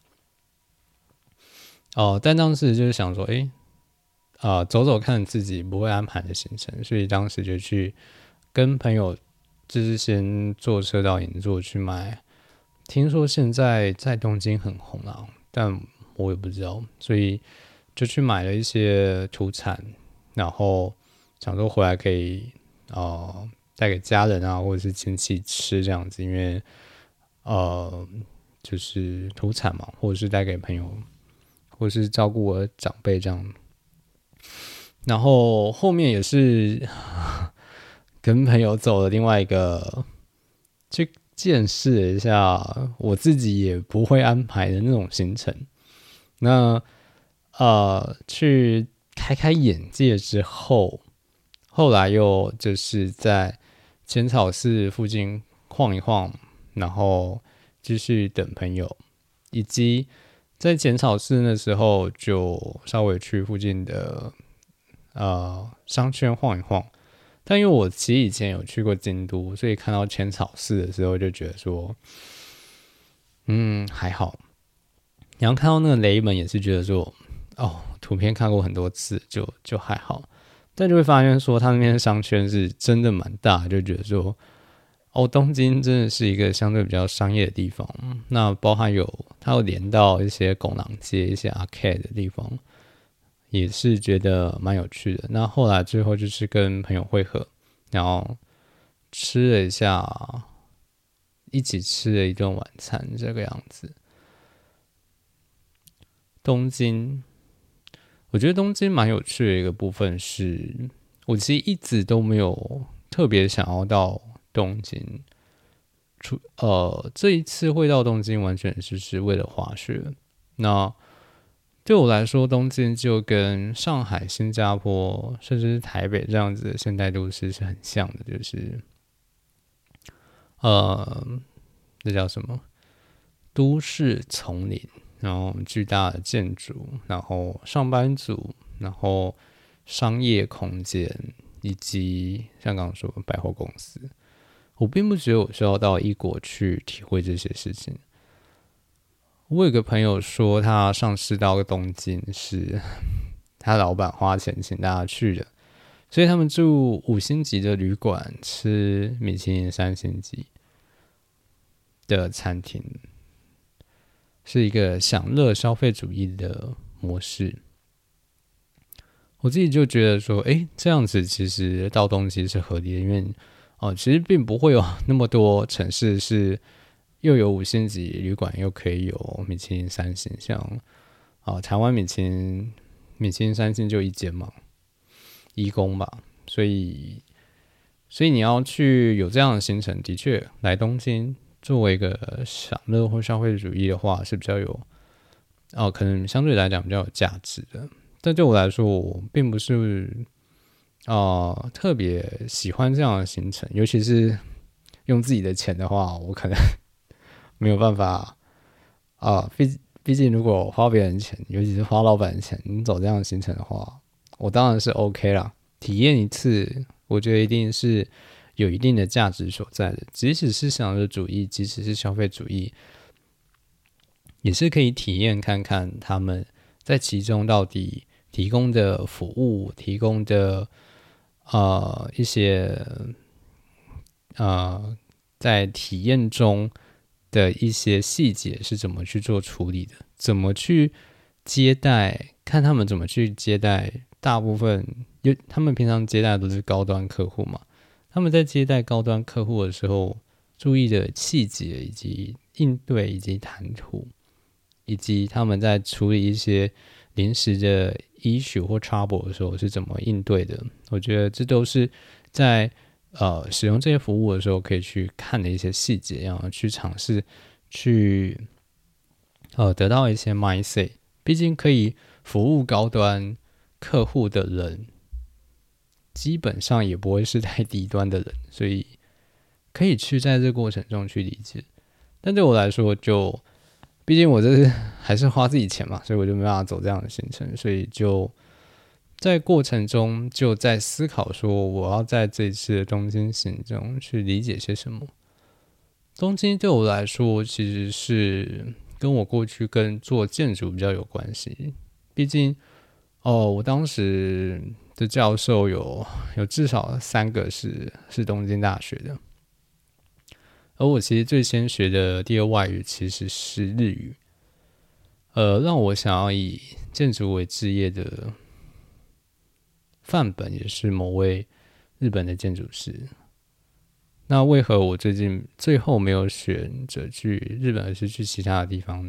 哦、呃，但当时就是想说，哎啊、呃、走走看自己不会安排的行程，所以当时就去跟朋友就是先坐车到银座去买。听说现在在东京很红啊，但我也不知道，所以就去买了一些土产，然后想说回来可以呃带给家人啊或者是亲戚吃这样子，因为呃就是土产嘛，或者是带给朋友，或者是照顾我的长辈这样。然后后面也是跟朋友走了另外一个去见识了一下我自己也不会安排的那种行程。那呃，去开开眼界之后，后来又就是在浅草寺附近晃一晃，然后继续等朋友，以及在浅草寺那时候就稍微去附近的呃商圈晃一晃。但因为我其实以前有去过京都，所以看到浅草寺的时候就觉得说，嗯，还好。然后看到那个雷门也是觉得说，哦，图片看过很多次，就就还好。但就会发现说，它那边的商圈是真的蛮大，就觉得说，哦，东京真的是一个相对比较商业的地方。那包含有它有连到一些拱廊街、一些 arcade 的地方，也是觉得蛮有趣的。那后来最后就是跟朋友会合，然后吃了一下，一起吃了一顿晚餐，这个样子。东京，我觉得东京蛮有趣的一个部分是，我其实一直都没有特别想要到东京。出呃，这一次会到东京，完全就是为了滑雪。那对我来说，东京就跟上海、新加坡，甚至是台北这样子的现代都市是很像的，就是呃，这叫什么？都市丛林，然后巨大的建筑，然后上班族，然后商业空间，以及像刚刚说的百货公司。我并不觉得我需要到异国去体会这些事情。我有个朋友说，他上次到东京是他老板花钱请大家去的，所以他们住五星级的旅馆，吃米其林三星级的餐厅，是一个享乐消费主义的模式。我自己就觉得说，哎，这样子其实到东京是合理的，因为哦，其实并不会有那么多城市是又有五星级旅馆，又可以有米其林三星，像啊、哦、台湾米其林米其林三星就一间嘛，一宫吧，所以所以你要去有这样的行程，的确来东京作为一个享乐或消费主义的话是比较有哦，可能相对来讲比较有价值的。但对我来说，我并不是呃特别喜欢这样的行程，尤其是用自己的钱的话，我可能没有办法啊。毕毕竟如果花别人钱，尤其是花老板的钱，你走这样的行程的话，我当然是 OK 啦。体验一次，我觉得一定是有一定的价值所在的。即使是享乐主义，即使是消费主义，也是可以体验看看他们在其中到底提供的服务、提供的呃一些呃在体验中的一些细节是怎么去做处理的，怎么去接待，看他们怎么去接待。大部分他们平常接待的都是高端客户嘛，他们在接待高端客户的时候， 注意的细节，以及应对，以及谈吐，以及他们在处理一些临时的 issue 或 trouble 的时候是怎么应对的。我觉得这都是在呃使用这些服务的时候可以去看的一些细节，然后去尝试去呃得到一些 mindset。毕竟可以服务高端客户的人，基本上也不会是太低端的人，所以可以去在这个过程中去理解。但对我来说就，毕竟我这是还是花自己钱嘛，所以我就没办法走这样的行程，所以就在过程中就在思考说，我要在这一次的东京行中去理解些什么。东京对我来说，其实是跟我过去跟做建筑比较有关系。毕竟，哦，我当时的教授有有至少三个是是东京大学的，而我其实最先学的第二外语其实是日语。呃，让我想要以建筑为职业的范本也是某位日本的建筑师。那为何我最近最后没有选择去日本，而是去其他的地方呢？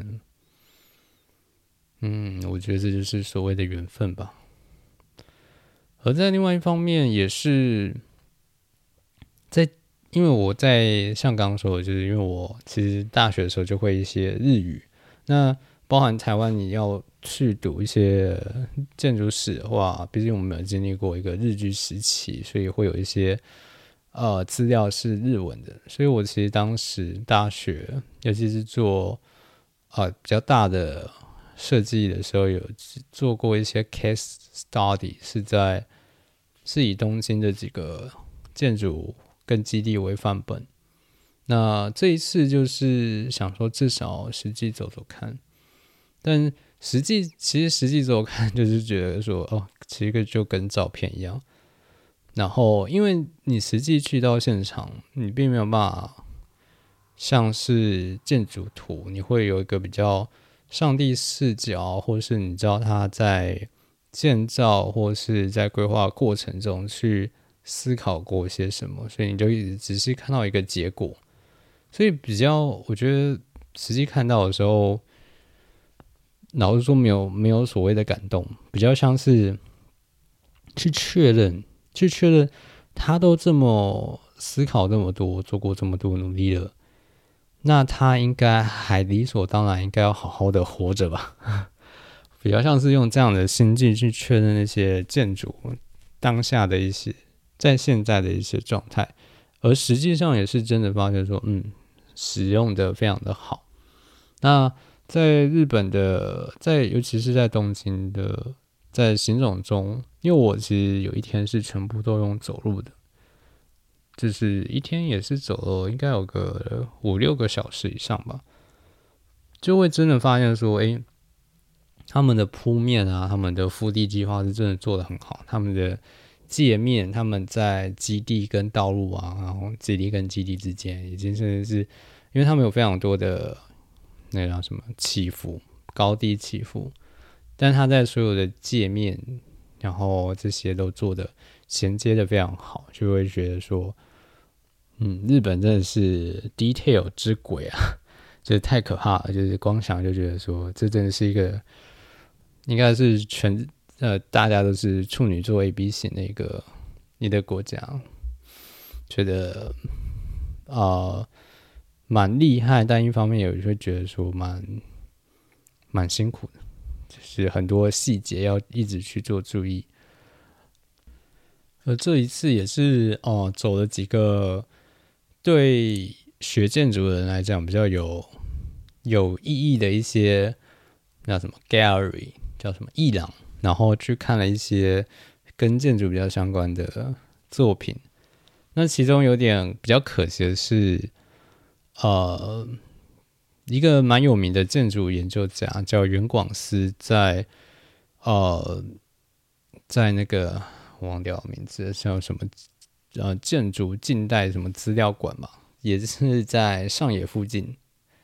嗯，我觉得这就是所谓的缘分吧。而在另外一方面，也是在因为我在像刚刚说的，就是因为我其实大学的时候就会一些日语，那包含台湾你要去读一些建筑史的话，毕竟我们有经历过一个日据时期，所以会有一些呃资料是日文的，所以我其实当时大学，尤其是做呃比较大的设计的时候，有做过一些 case study， 是在是以东京的几个建筑跟基地为范本。那这一次就是想说，至少实际走走看。但实际其实实际走走看，就是觉得说，哦，其实就跟照片一样。然后，因为你实际去到现场，你并没有办法像是建筑图，你会有一个比较上帝视角，或是你知道他在建造或是在规划过程中去思考过些什么，所以你就一直仔细看到一个结果。所以比较，我觉得实际看到的时候，老实说没有没有所谓的感动，比较像是去确认，去确认他都这么思考这么多，做过这么多努力了，那他应该还理所当然应该要好好的活着吧。比较像是用这样的心境去确认那些建筑当下的一些在现在的一些状态，而实际上也是真的发现说，嗯，使用的非常的好。那在日本的，在尤其是在东京的，在行走中，因为我其实有一天是全部都用走路的，就是一天也是走了应该有个五六个小时以上吧，就会真的发现说，哎，他们的铺面啊，他们的腹地计划是真的做得很好，他们的界面，他们在基地跟道路啊，然后基地跟基地之间，已经甚至是因为他们有非常多的那个叫什么起伏，高低起伏，但他在所有的界面，然后这些都做的衔接的非常好，就会觉得说，嗯，日本真的是 detail 之鬼啊，就是太可怕了，就是光想就觉得说，这真的是一个应该是全呃大家都是处女座 A B 型的一个一个国家，觉得呃蛮厉害，但一方面也会觉得说蛮蛮辛苦的，就是很多细节要一直去做注意。而这一次也是哦、呃，走了几个对学建筑的人来讲比较有有意义的一些那什么 gallery 叫什么艺廊，然后去看了一些跟建筑比较相关的作品。那其中有点比较可惜的是，呃，一个蛮有名的建筑研究家叫原广司在，呃，在那个我忘掉名字，叫什么呃建筑近代什么资料馆嘛，也是在上野附近，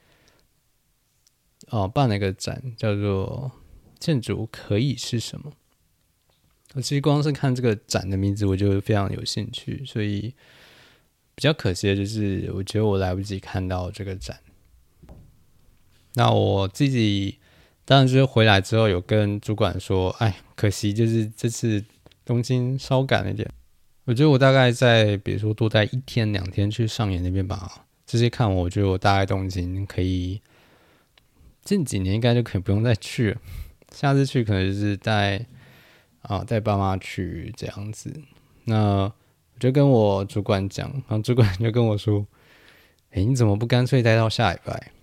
哦、呃，办了一个展，叫做《建筑可以是什么》。我其实光是看这个展的名字，我就非常有兴趣，所以比较可惜的就是，我觉得我来不及看到这个展。那我自己当然就是回来之后有跟主管说，哎，可惜就是这次东京稍赶了一点。我觉得我大概在比如说多待一天两天去上野那边吧，这些看完，我觉得我大概东京可以近几年应该就可以不用再去了。下次去可能就是带啊带爸妈去这样子。那我就跟我主管讲，然后主管就跟我说：“哎，你怎么不干脆待到下礼拜？”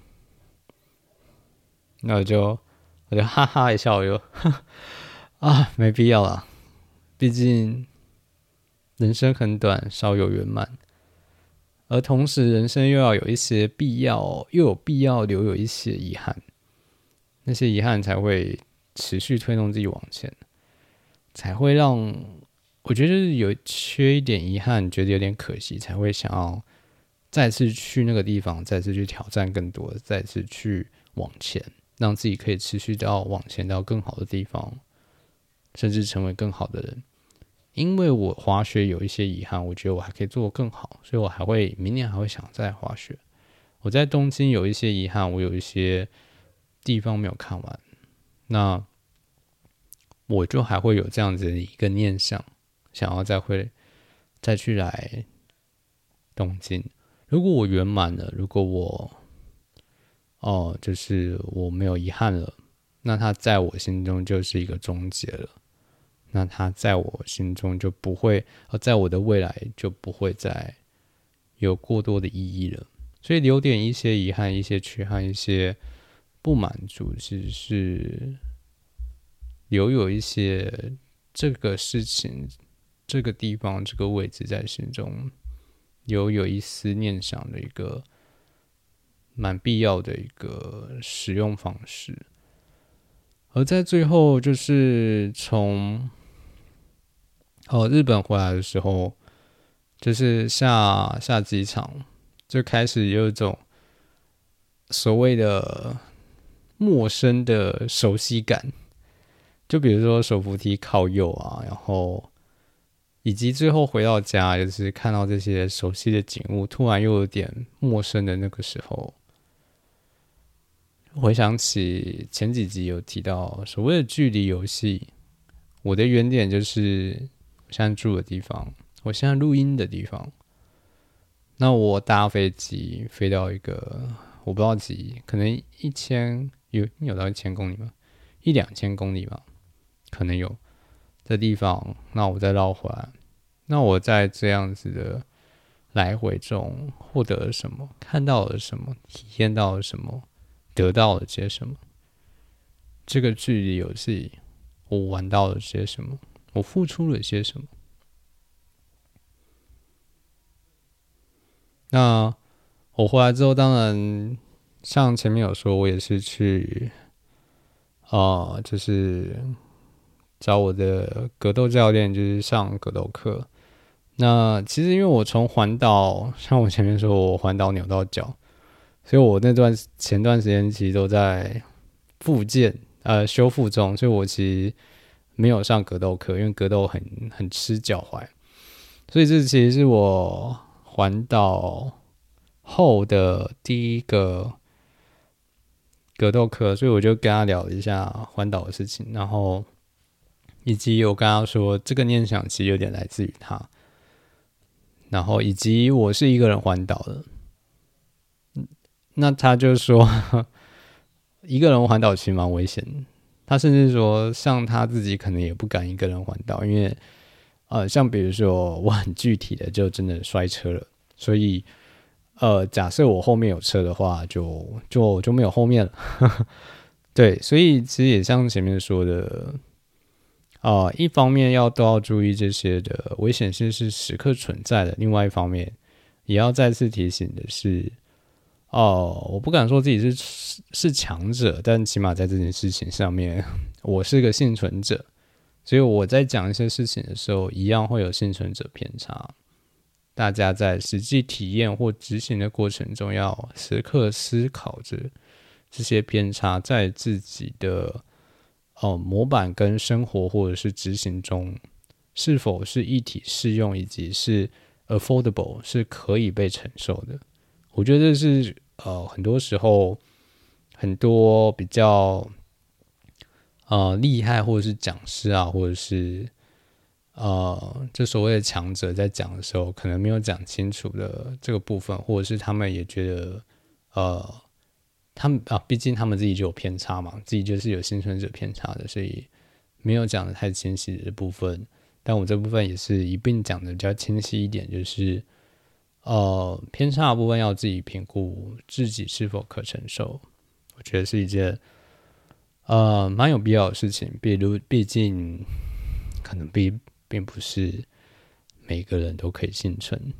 那我就我就哈哈一笑，我就啊没必要啦，毕竟人生很短，少有圆满。而同时，人生又要有一些必要，又有必要留有一些遗憾，那些遗憾才会持续推动自己往前，才会让我觉得就是有缺一点遗憾，觉得有点可惜，才会想要再次去那个地方，再次去挑战更多，再次去往前，让自己可以持续到往前到更好的地方，甚至成为更好的人。因为我滑雪有一些遗憾，我觉得我还可以做得更好，所以我还会明年还会想再滑雪。我在东京有一些遗憾，我有一些地方没有看完，那我就还会有这样子的一个念想，想要再会再去来东京。如果我圆满了，如果我哦，就是我没有遗憾了，那它在我心中就是一个终结了。那它在我心中就不会，呃，在我的未来就不会再有过多的意义了。所以留点一些遗憾、一些缺憾、一些不满足，其实是留有一些这个事情、这个地方、这个位置在心中留有一丝念想的一个蛮必要的一个使用方式。而在最后，就是从哦，日本回来的时候，就是下下机场就开始有一种所谓的陌生的熟悉感，就比如说手扶梯靠右啊，然后以及最后回到家，就是看到这些熟悉的景物，突然又有点陌生的那个时候，回想起前几集有提到所谓的距离游戏，我的原点就是我现在住的地方，我现在录音的地方。那我搭飞机飞到一个我不知道几，可能一千有有到一千公里吗？一两千公里吧，可能有的地方。那我再绕回来，那我在这样子的来回中获得了什么？看到了什么？体验到了什么？得到了些什么？这个距离游戏，我玩到了些什么？我付出了些什么？那我回来之后，当然像前面有说，我也是去，呃，就是找我的格斗教练，就是上格斗课。那其实因为我从环岛，像我前面说我环岛扭到脚，所以我那段前段时间其实都在复健，呃，修复中，所以我其实没有上格斗课，因为格斗很很吃脚踝，所以这其实是我环岛后的第一个格斗课，所以我就跟他聊了一下环岛的事情，然后以及我跟他说这个念想其实有点来自于他，然后以及我是一个人环岛的，那他就说一个人环岛其实蛮危险的，他甚至说像他自己可能也不敢一个人环岛，因为呃，像比如说我很具体的就真的摔车了，所以呃，假设我后面有车的话，就就就没有后面了。对，所以其实也像前面说的，啊、呃，一方面要都要注意这些的危险性是时刻存在的，另外一方面也要再次提醒的是，哦、呃，我不敢说自己是是强者，但起码在这件事情上面，我是个幸存者，所以我在讲一些事情的时候，一样会有幸存者偏差。大家在实际体验或执行的过程中，要时刻思考着这些偏差在自己的哦模板跟生活或者是执行中是否是一体适用，以及是 affordable， 是可以被承受的。我觉得这是呃很多时候很多比较呃厉害或者是讲师啊，或者是呃就所谓的强者在讲的时候，可能没有讲清楚的这个部分，或者是他们也觉得呃他们啊，毕竟他们自己就有偏差嘛，自己就是有幸存者偏差的，所以没有讲的太清晰的部分。但我这部分也是一并讲的比较清晰一点，就是呃偏差的部分要自己评估自己是否可承受，我觉得是一件呃蛮有必要的事情。比如，毕竟可能并并不是每个人都可以幸存。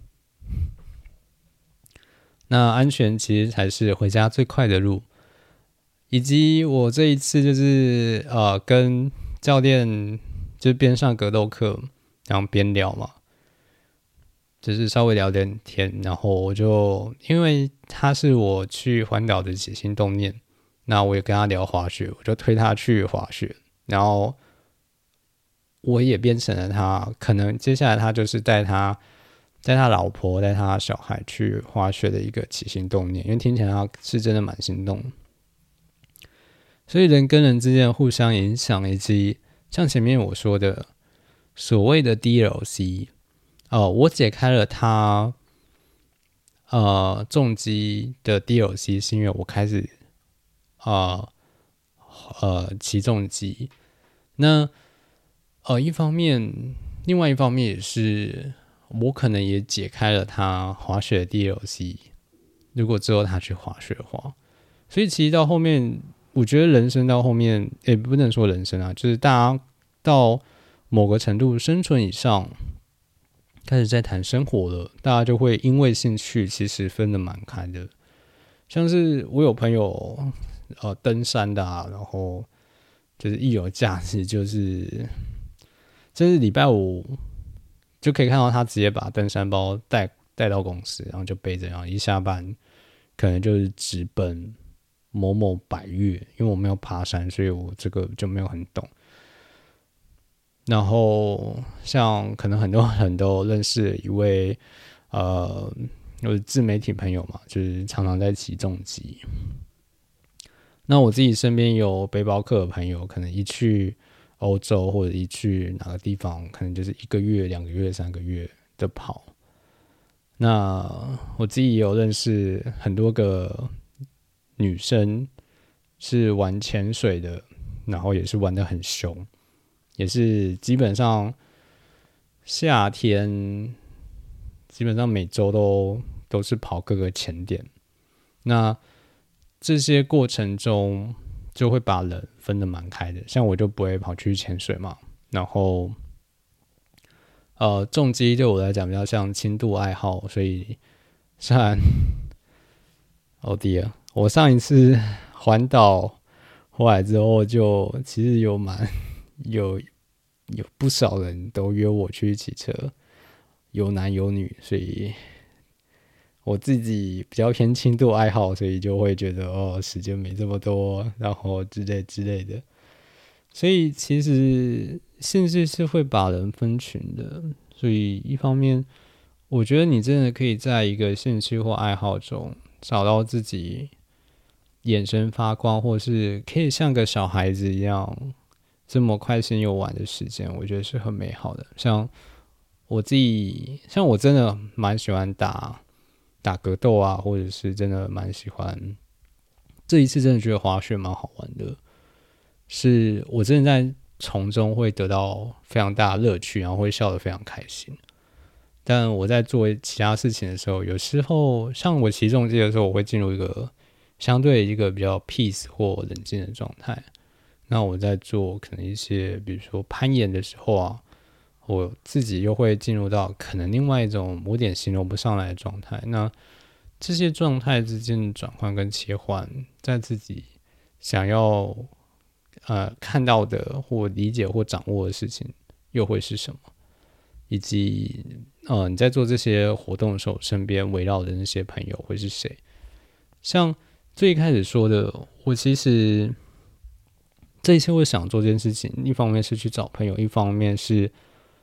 那安全其实才是回家最快的路，以及我这一次就是呃跟教练就边上格斗课，然后边聊嘛，就是稍微聊点天，然后我就因为他是我去环岛的起心动念，那我也跟他聊滑雪，我就推他去滑雪，然后我也变成了他可能接下来他就是带他带他老婆带他小孩去滑雪的一个起心动念，因为听起来他是真的蛮心动的。所以人跟人之间互相影响，以及像前面我说的所谓的 D L C， 呃，我解开了他呃重击的 D L C， 是因为我开始呃呃骑重机。那呃一方面，另外一方面也是我可能也解开了他滑雪的 D L C。如果之后他去滑雪的话，所以其实到后面。我觉得人生到后面，也不能说人生啊，就是大家到某个程度生存以上，开始在谈生活了，大家就会因为兴趣其实分得蛮开的。像是我有朋友呃登山的啊，然后就是一有假日，就是就是礼拜五就可以看到他直接把登山包带带到公司，然后就背着，然后一下班可能就是直奔某某百岳，因为我没有爬山，所以我这个就没有很懂。然后像可能很多人都认识一位呃，我的自媒体朋友嘛，就是常常在骑重机。那我自己身边有背包客的朋友，可能一去欧洲或者一去哪个地方，可能就是一个月、两个月、三个月的跑。那我自己也有认识很多个女生是玩潜水的，然后也是玩得很凶，也是基本上夏天基本上每周都都是跑各个潜点。那这些过程中就会把人分得蛮开的，像我就不会跑去潜水嘛，然后呃重机对我来讲比较像轻度爱好，所以虽然哦dear，我上一次环岛回来之后，就其实有蛮有有不少人都约我去骑车，有男有女，所以我自己比较偏轻度爱好，所以就会觉得哦时间没这么多，然后之类之类的。所以其实兴趣是会把人分群的，所以一方面，我觉得你真的可以在一个兴趣或爱好中找到自己眼神发光，或是可以像个小孩子一样这么快心又玩的时间，我觉得是很美好的。像我自己，像我真的蛮喜欢打打格斗啊，或者是真的蛮喜欢。这一次真的觉得滑雪蛮好玩的，是我真的在从中会得到非常大的乐趣，然后会笑得非常开心。但我在做其他事情的时候，有时候像我骑重机的时候，我会进入一个相对一个比较 peace 或冷静的状态。那我在做可能一些比如说攀岩的时候啊，我自己又会进入到可能另外一种我有点形容不上来的状态。那这些状态之间的转换跟切换，在自己想要呃看到的或理解或掌握的事情又会是什么，以及呃你在做这些活动的时候，身边围绕的那些朋友会是谁？像最一开始说的，我其实这一次会想做这件事情，一方面是去找朋友，一方面是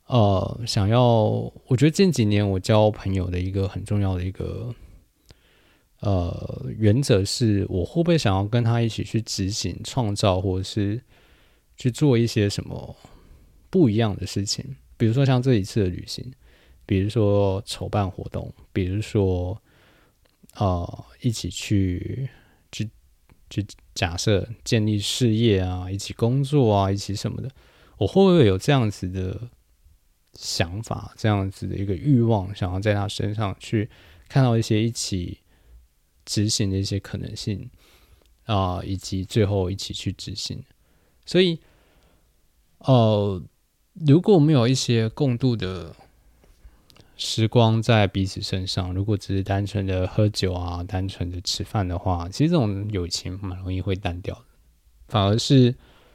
呃想要，我觉得近几年我交朋友的一个很重要的一个呃原则是，我会不会想要跟他一起去执行、创造，或者是去做一些什么不一样的事情，比如说像这一次的旅行，比如说筹办活动，比如说呃一起去去去假设建立事业啊，一起工作啊，一起什么的，我会不会有这样子的想法，这样子的一个欲望，想要在他身上去看到一些一起执行的一些可能性啊、呃，以及最后一起去执行。所以，呃，如果没有一些共度的时光在彼此身上，如果只是单纯的喝酒啊，单纯的吃饭的话，其实这种友情蛮容易会淡掉的。反而是，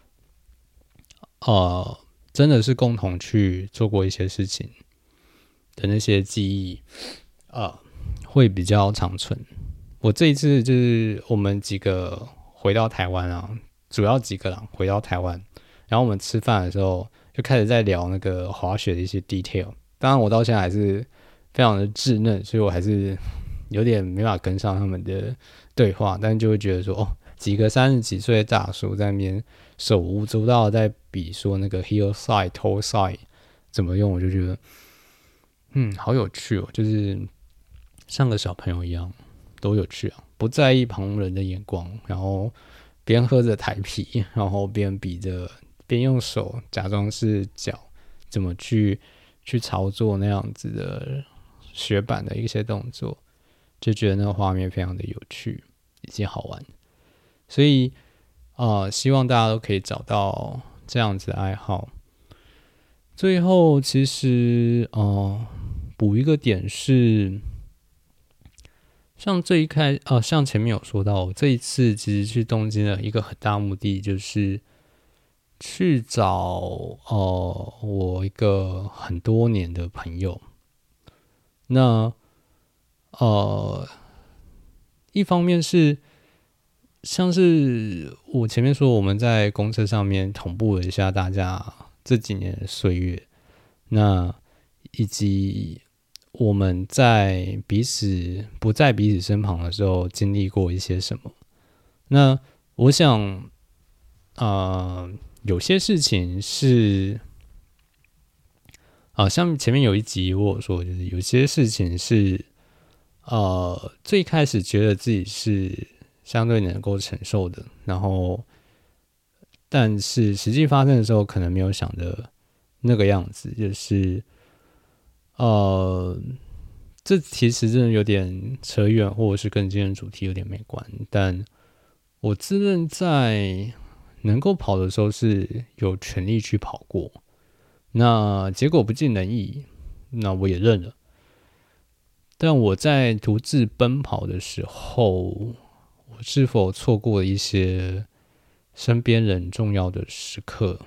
呃，真的是共同去做过一些事情的那些记忆，呃，会比较长存。我这一次就是我们几个回到台湾啊，主要几个人回到台湾，然后我们吃饭的时候就开始在聊那个滑雪的一些 detail。当然，我到现在还是非常的稚嫩，所以我还是有点没法跟上他们的对话，但就会觉得说，哦，几个三十几岁的大叔在那边手舞足蹈在比说那个 heel side、toe side 怎么用，我就觉得，嗯，好有趣哦，就是像个小朋友一样，多有趣啊！不在意旁人的眼光，然后边喝着台啤，然后边比着，边用手假装是脚，怎么去去操作那样子的雪板的一些动作，就觉得那个画面非常的有趣以及好玩。所以，呃，希望大家都可以找到这样子的爱好。最后，其实，呃，补一个点是。像这一开呃，像前面有说到，这一次其实去东京的一个很大目的就是去找呃我一个很多年的朋友。那呃，一方面是像是我前面说，我们在公车上面同步了一下大家这几年的岁月，那以及我们在彼此不在彼此身旁的时候经历过一些什么。那我想，呃，有些事情是，啊、呃，像前面有一集我有说，就是有些事情是，呃，最开始觉得自己是相对能够承受的，然后，但是实际发生的时候，可能没有想的那个样子，就是，呃。这其实真的有点扯远，或者是跟今天的主题有点没关。但我自认在能够跑的时候是有全力去跑过，那结果不尽人意，那我也认了。但我在独自奔跑的时候，我是否错过了一些身边人重要的时刻？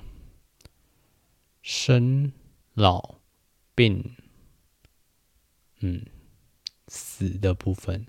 生老病。嗯，死的部分，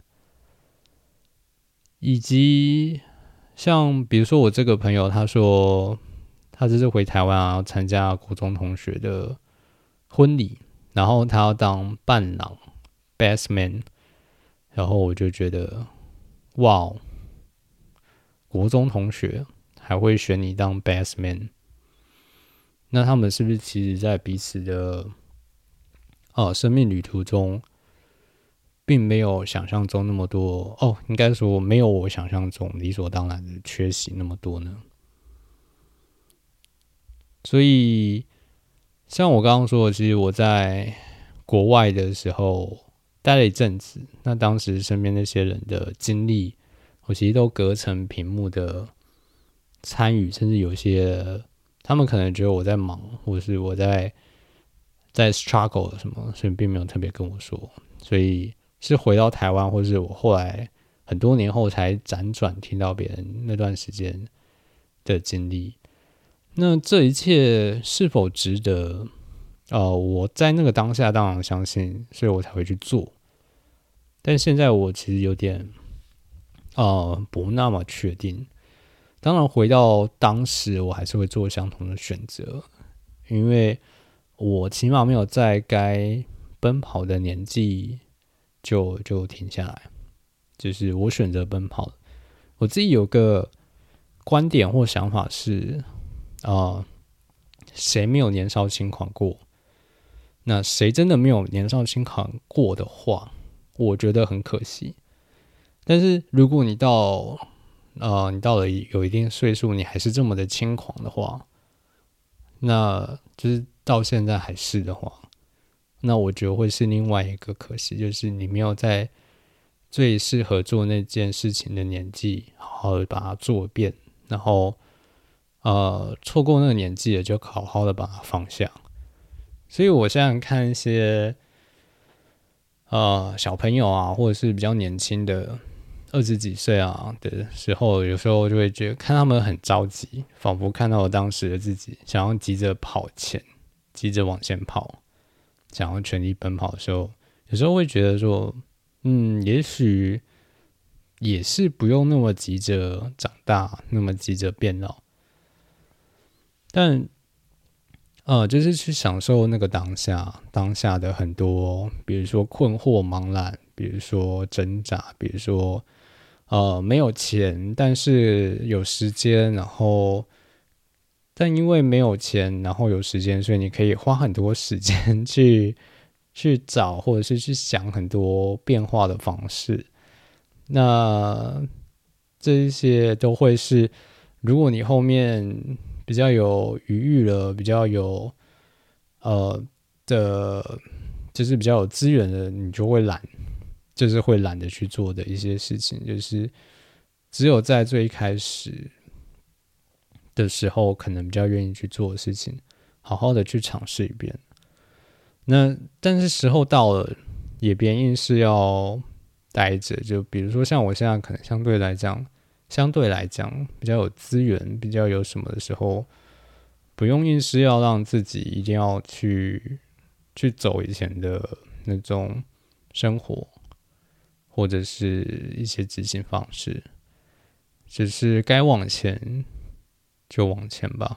以及像比如说我这个朋友，他说他这次回台湾啊，参加国中同学的婚礼，然后他要当伴郎 best man， 然后我就觉得哇，国中同学还会选你当 best man， 那他们是不是其实在彼此的呃生命旅途中，并没有想象中那么多哦，应该说没有我想象中理所当然的缺席那么多呢？所以，像我刚刚说的，其实我在国外的时候待了一阵子，那当时身边那些人的经历，我其实都隔层屏幕的参与，甚至有些他们可能觉得我在忙，或是我在在 struggle 什么，所以并没有特别跟我说。所以是回到台湾，或是我后来很多年后才辗转听到别人那段时间的经历。那这一切是否值得？呃，我在那个当下当然相信，所以我才会去做。但现在我其实有点呃不那么确定。当然，回到当时，我还是会做相同的选择，因为我起码没有在该奔跑的年纪就就停下来，就是我选择奔跑。我自己有个观点或想法是，啊、呃，谁没有年少轻狂过？那谁真的没有年少轻狂过的话，我觉得很可惜。但是如果你到呃你到了有一定岁数，你还是这么的轻狂的话，那就是到现在还是的话，那我觉得会是另外一个可惜，就是你没有在最适合做那件事情的年纪，好好的把它做遍，然后呃错过那个年纪了，就好好的把它放下。所以我现在看一些呃小朋友啊，或者是比较年轻的二十几岁啊的时候，有时候就会觉得看他们很着急，仿佛看到了当时的自己，想要急着跑前，急着往前跑，想要全力奔跑的时候，有时候会觉得说，嗯，也许也是不用那么急着长大，那么急着变老，但呃，就是去享受那个当下，当下的很多，比如说困惑、茫然，比如说挣扎，比如说呃没有钱，但是有时间，然后但因为没有钱，然后有时间，所以你可以花很多时间去去找，或者是去想很多变化的方式。那这一些都会是，如果你后面比较有余裕了，比较有呃的，就是比较有资源的，你就会懒，就是会懒得去做的一些事情，就是只有在最一开始的时候，可能比较愿意去做的事情，好好的去尝试一遍。那但是时候到了，也别硬是要待着。就比如说像我现在可能相对来讲，相对来讲比较有资源，比较有什么的时候，不用硬是要让自己一定要去去走以前的那种生活，或者是一些执行方式，只是该往前就往前吧。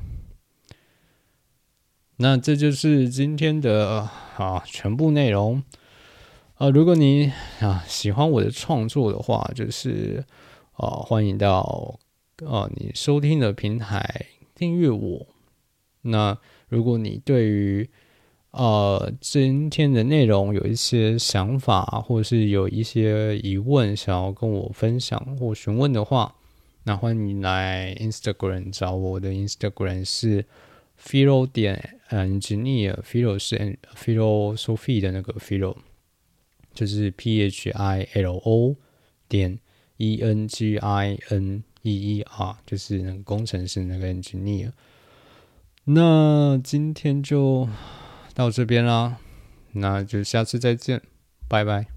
那这就是今天的啊全部内容。呃，如果你啊喜欢我的创作的话，就是呃欢迎到呃你收听的平台订阅我。那如果你对于呃今天的内容有一些想法，或者是有一些疑问想要跟我分享或询问的话，那欢迎来 Instagram 找我，我的 Instagram 是 philo 点 engineer，philo 是 philosophy 的那个 philo， 就是 p h i l o 点 e n g i n e e r， 就是那个工程师那个 engineer。那今天就到这边啦，那就下次再见，拜拜。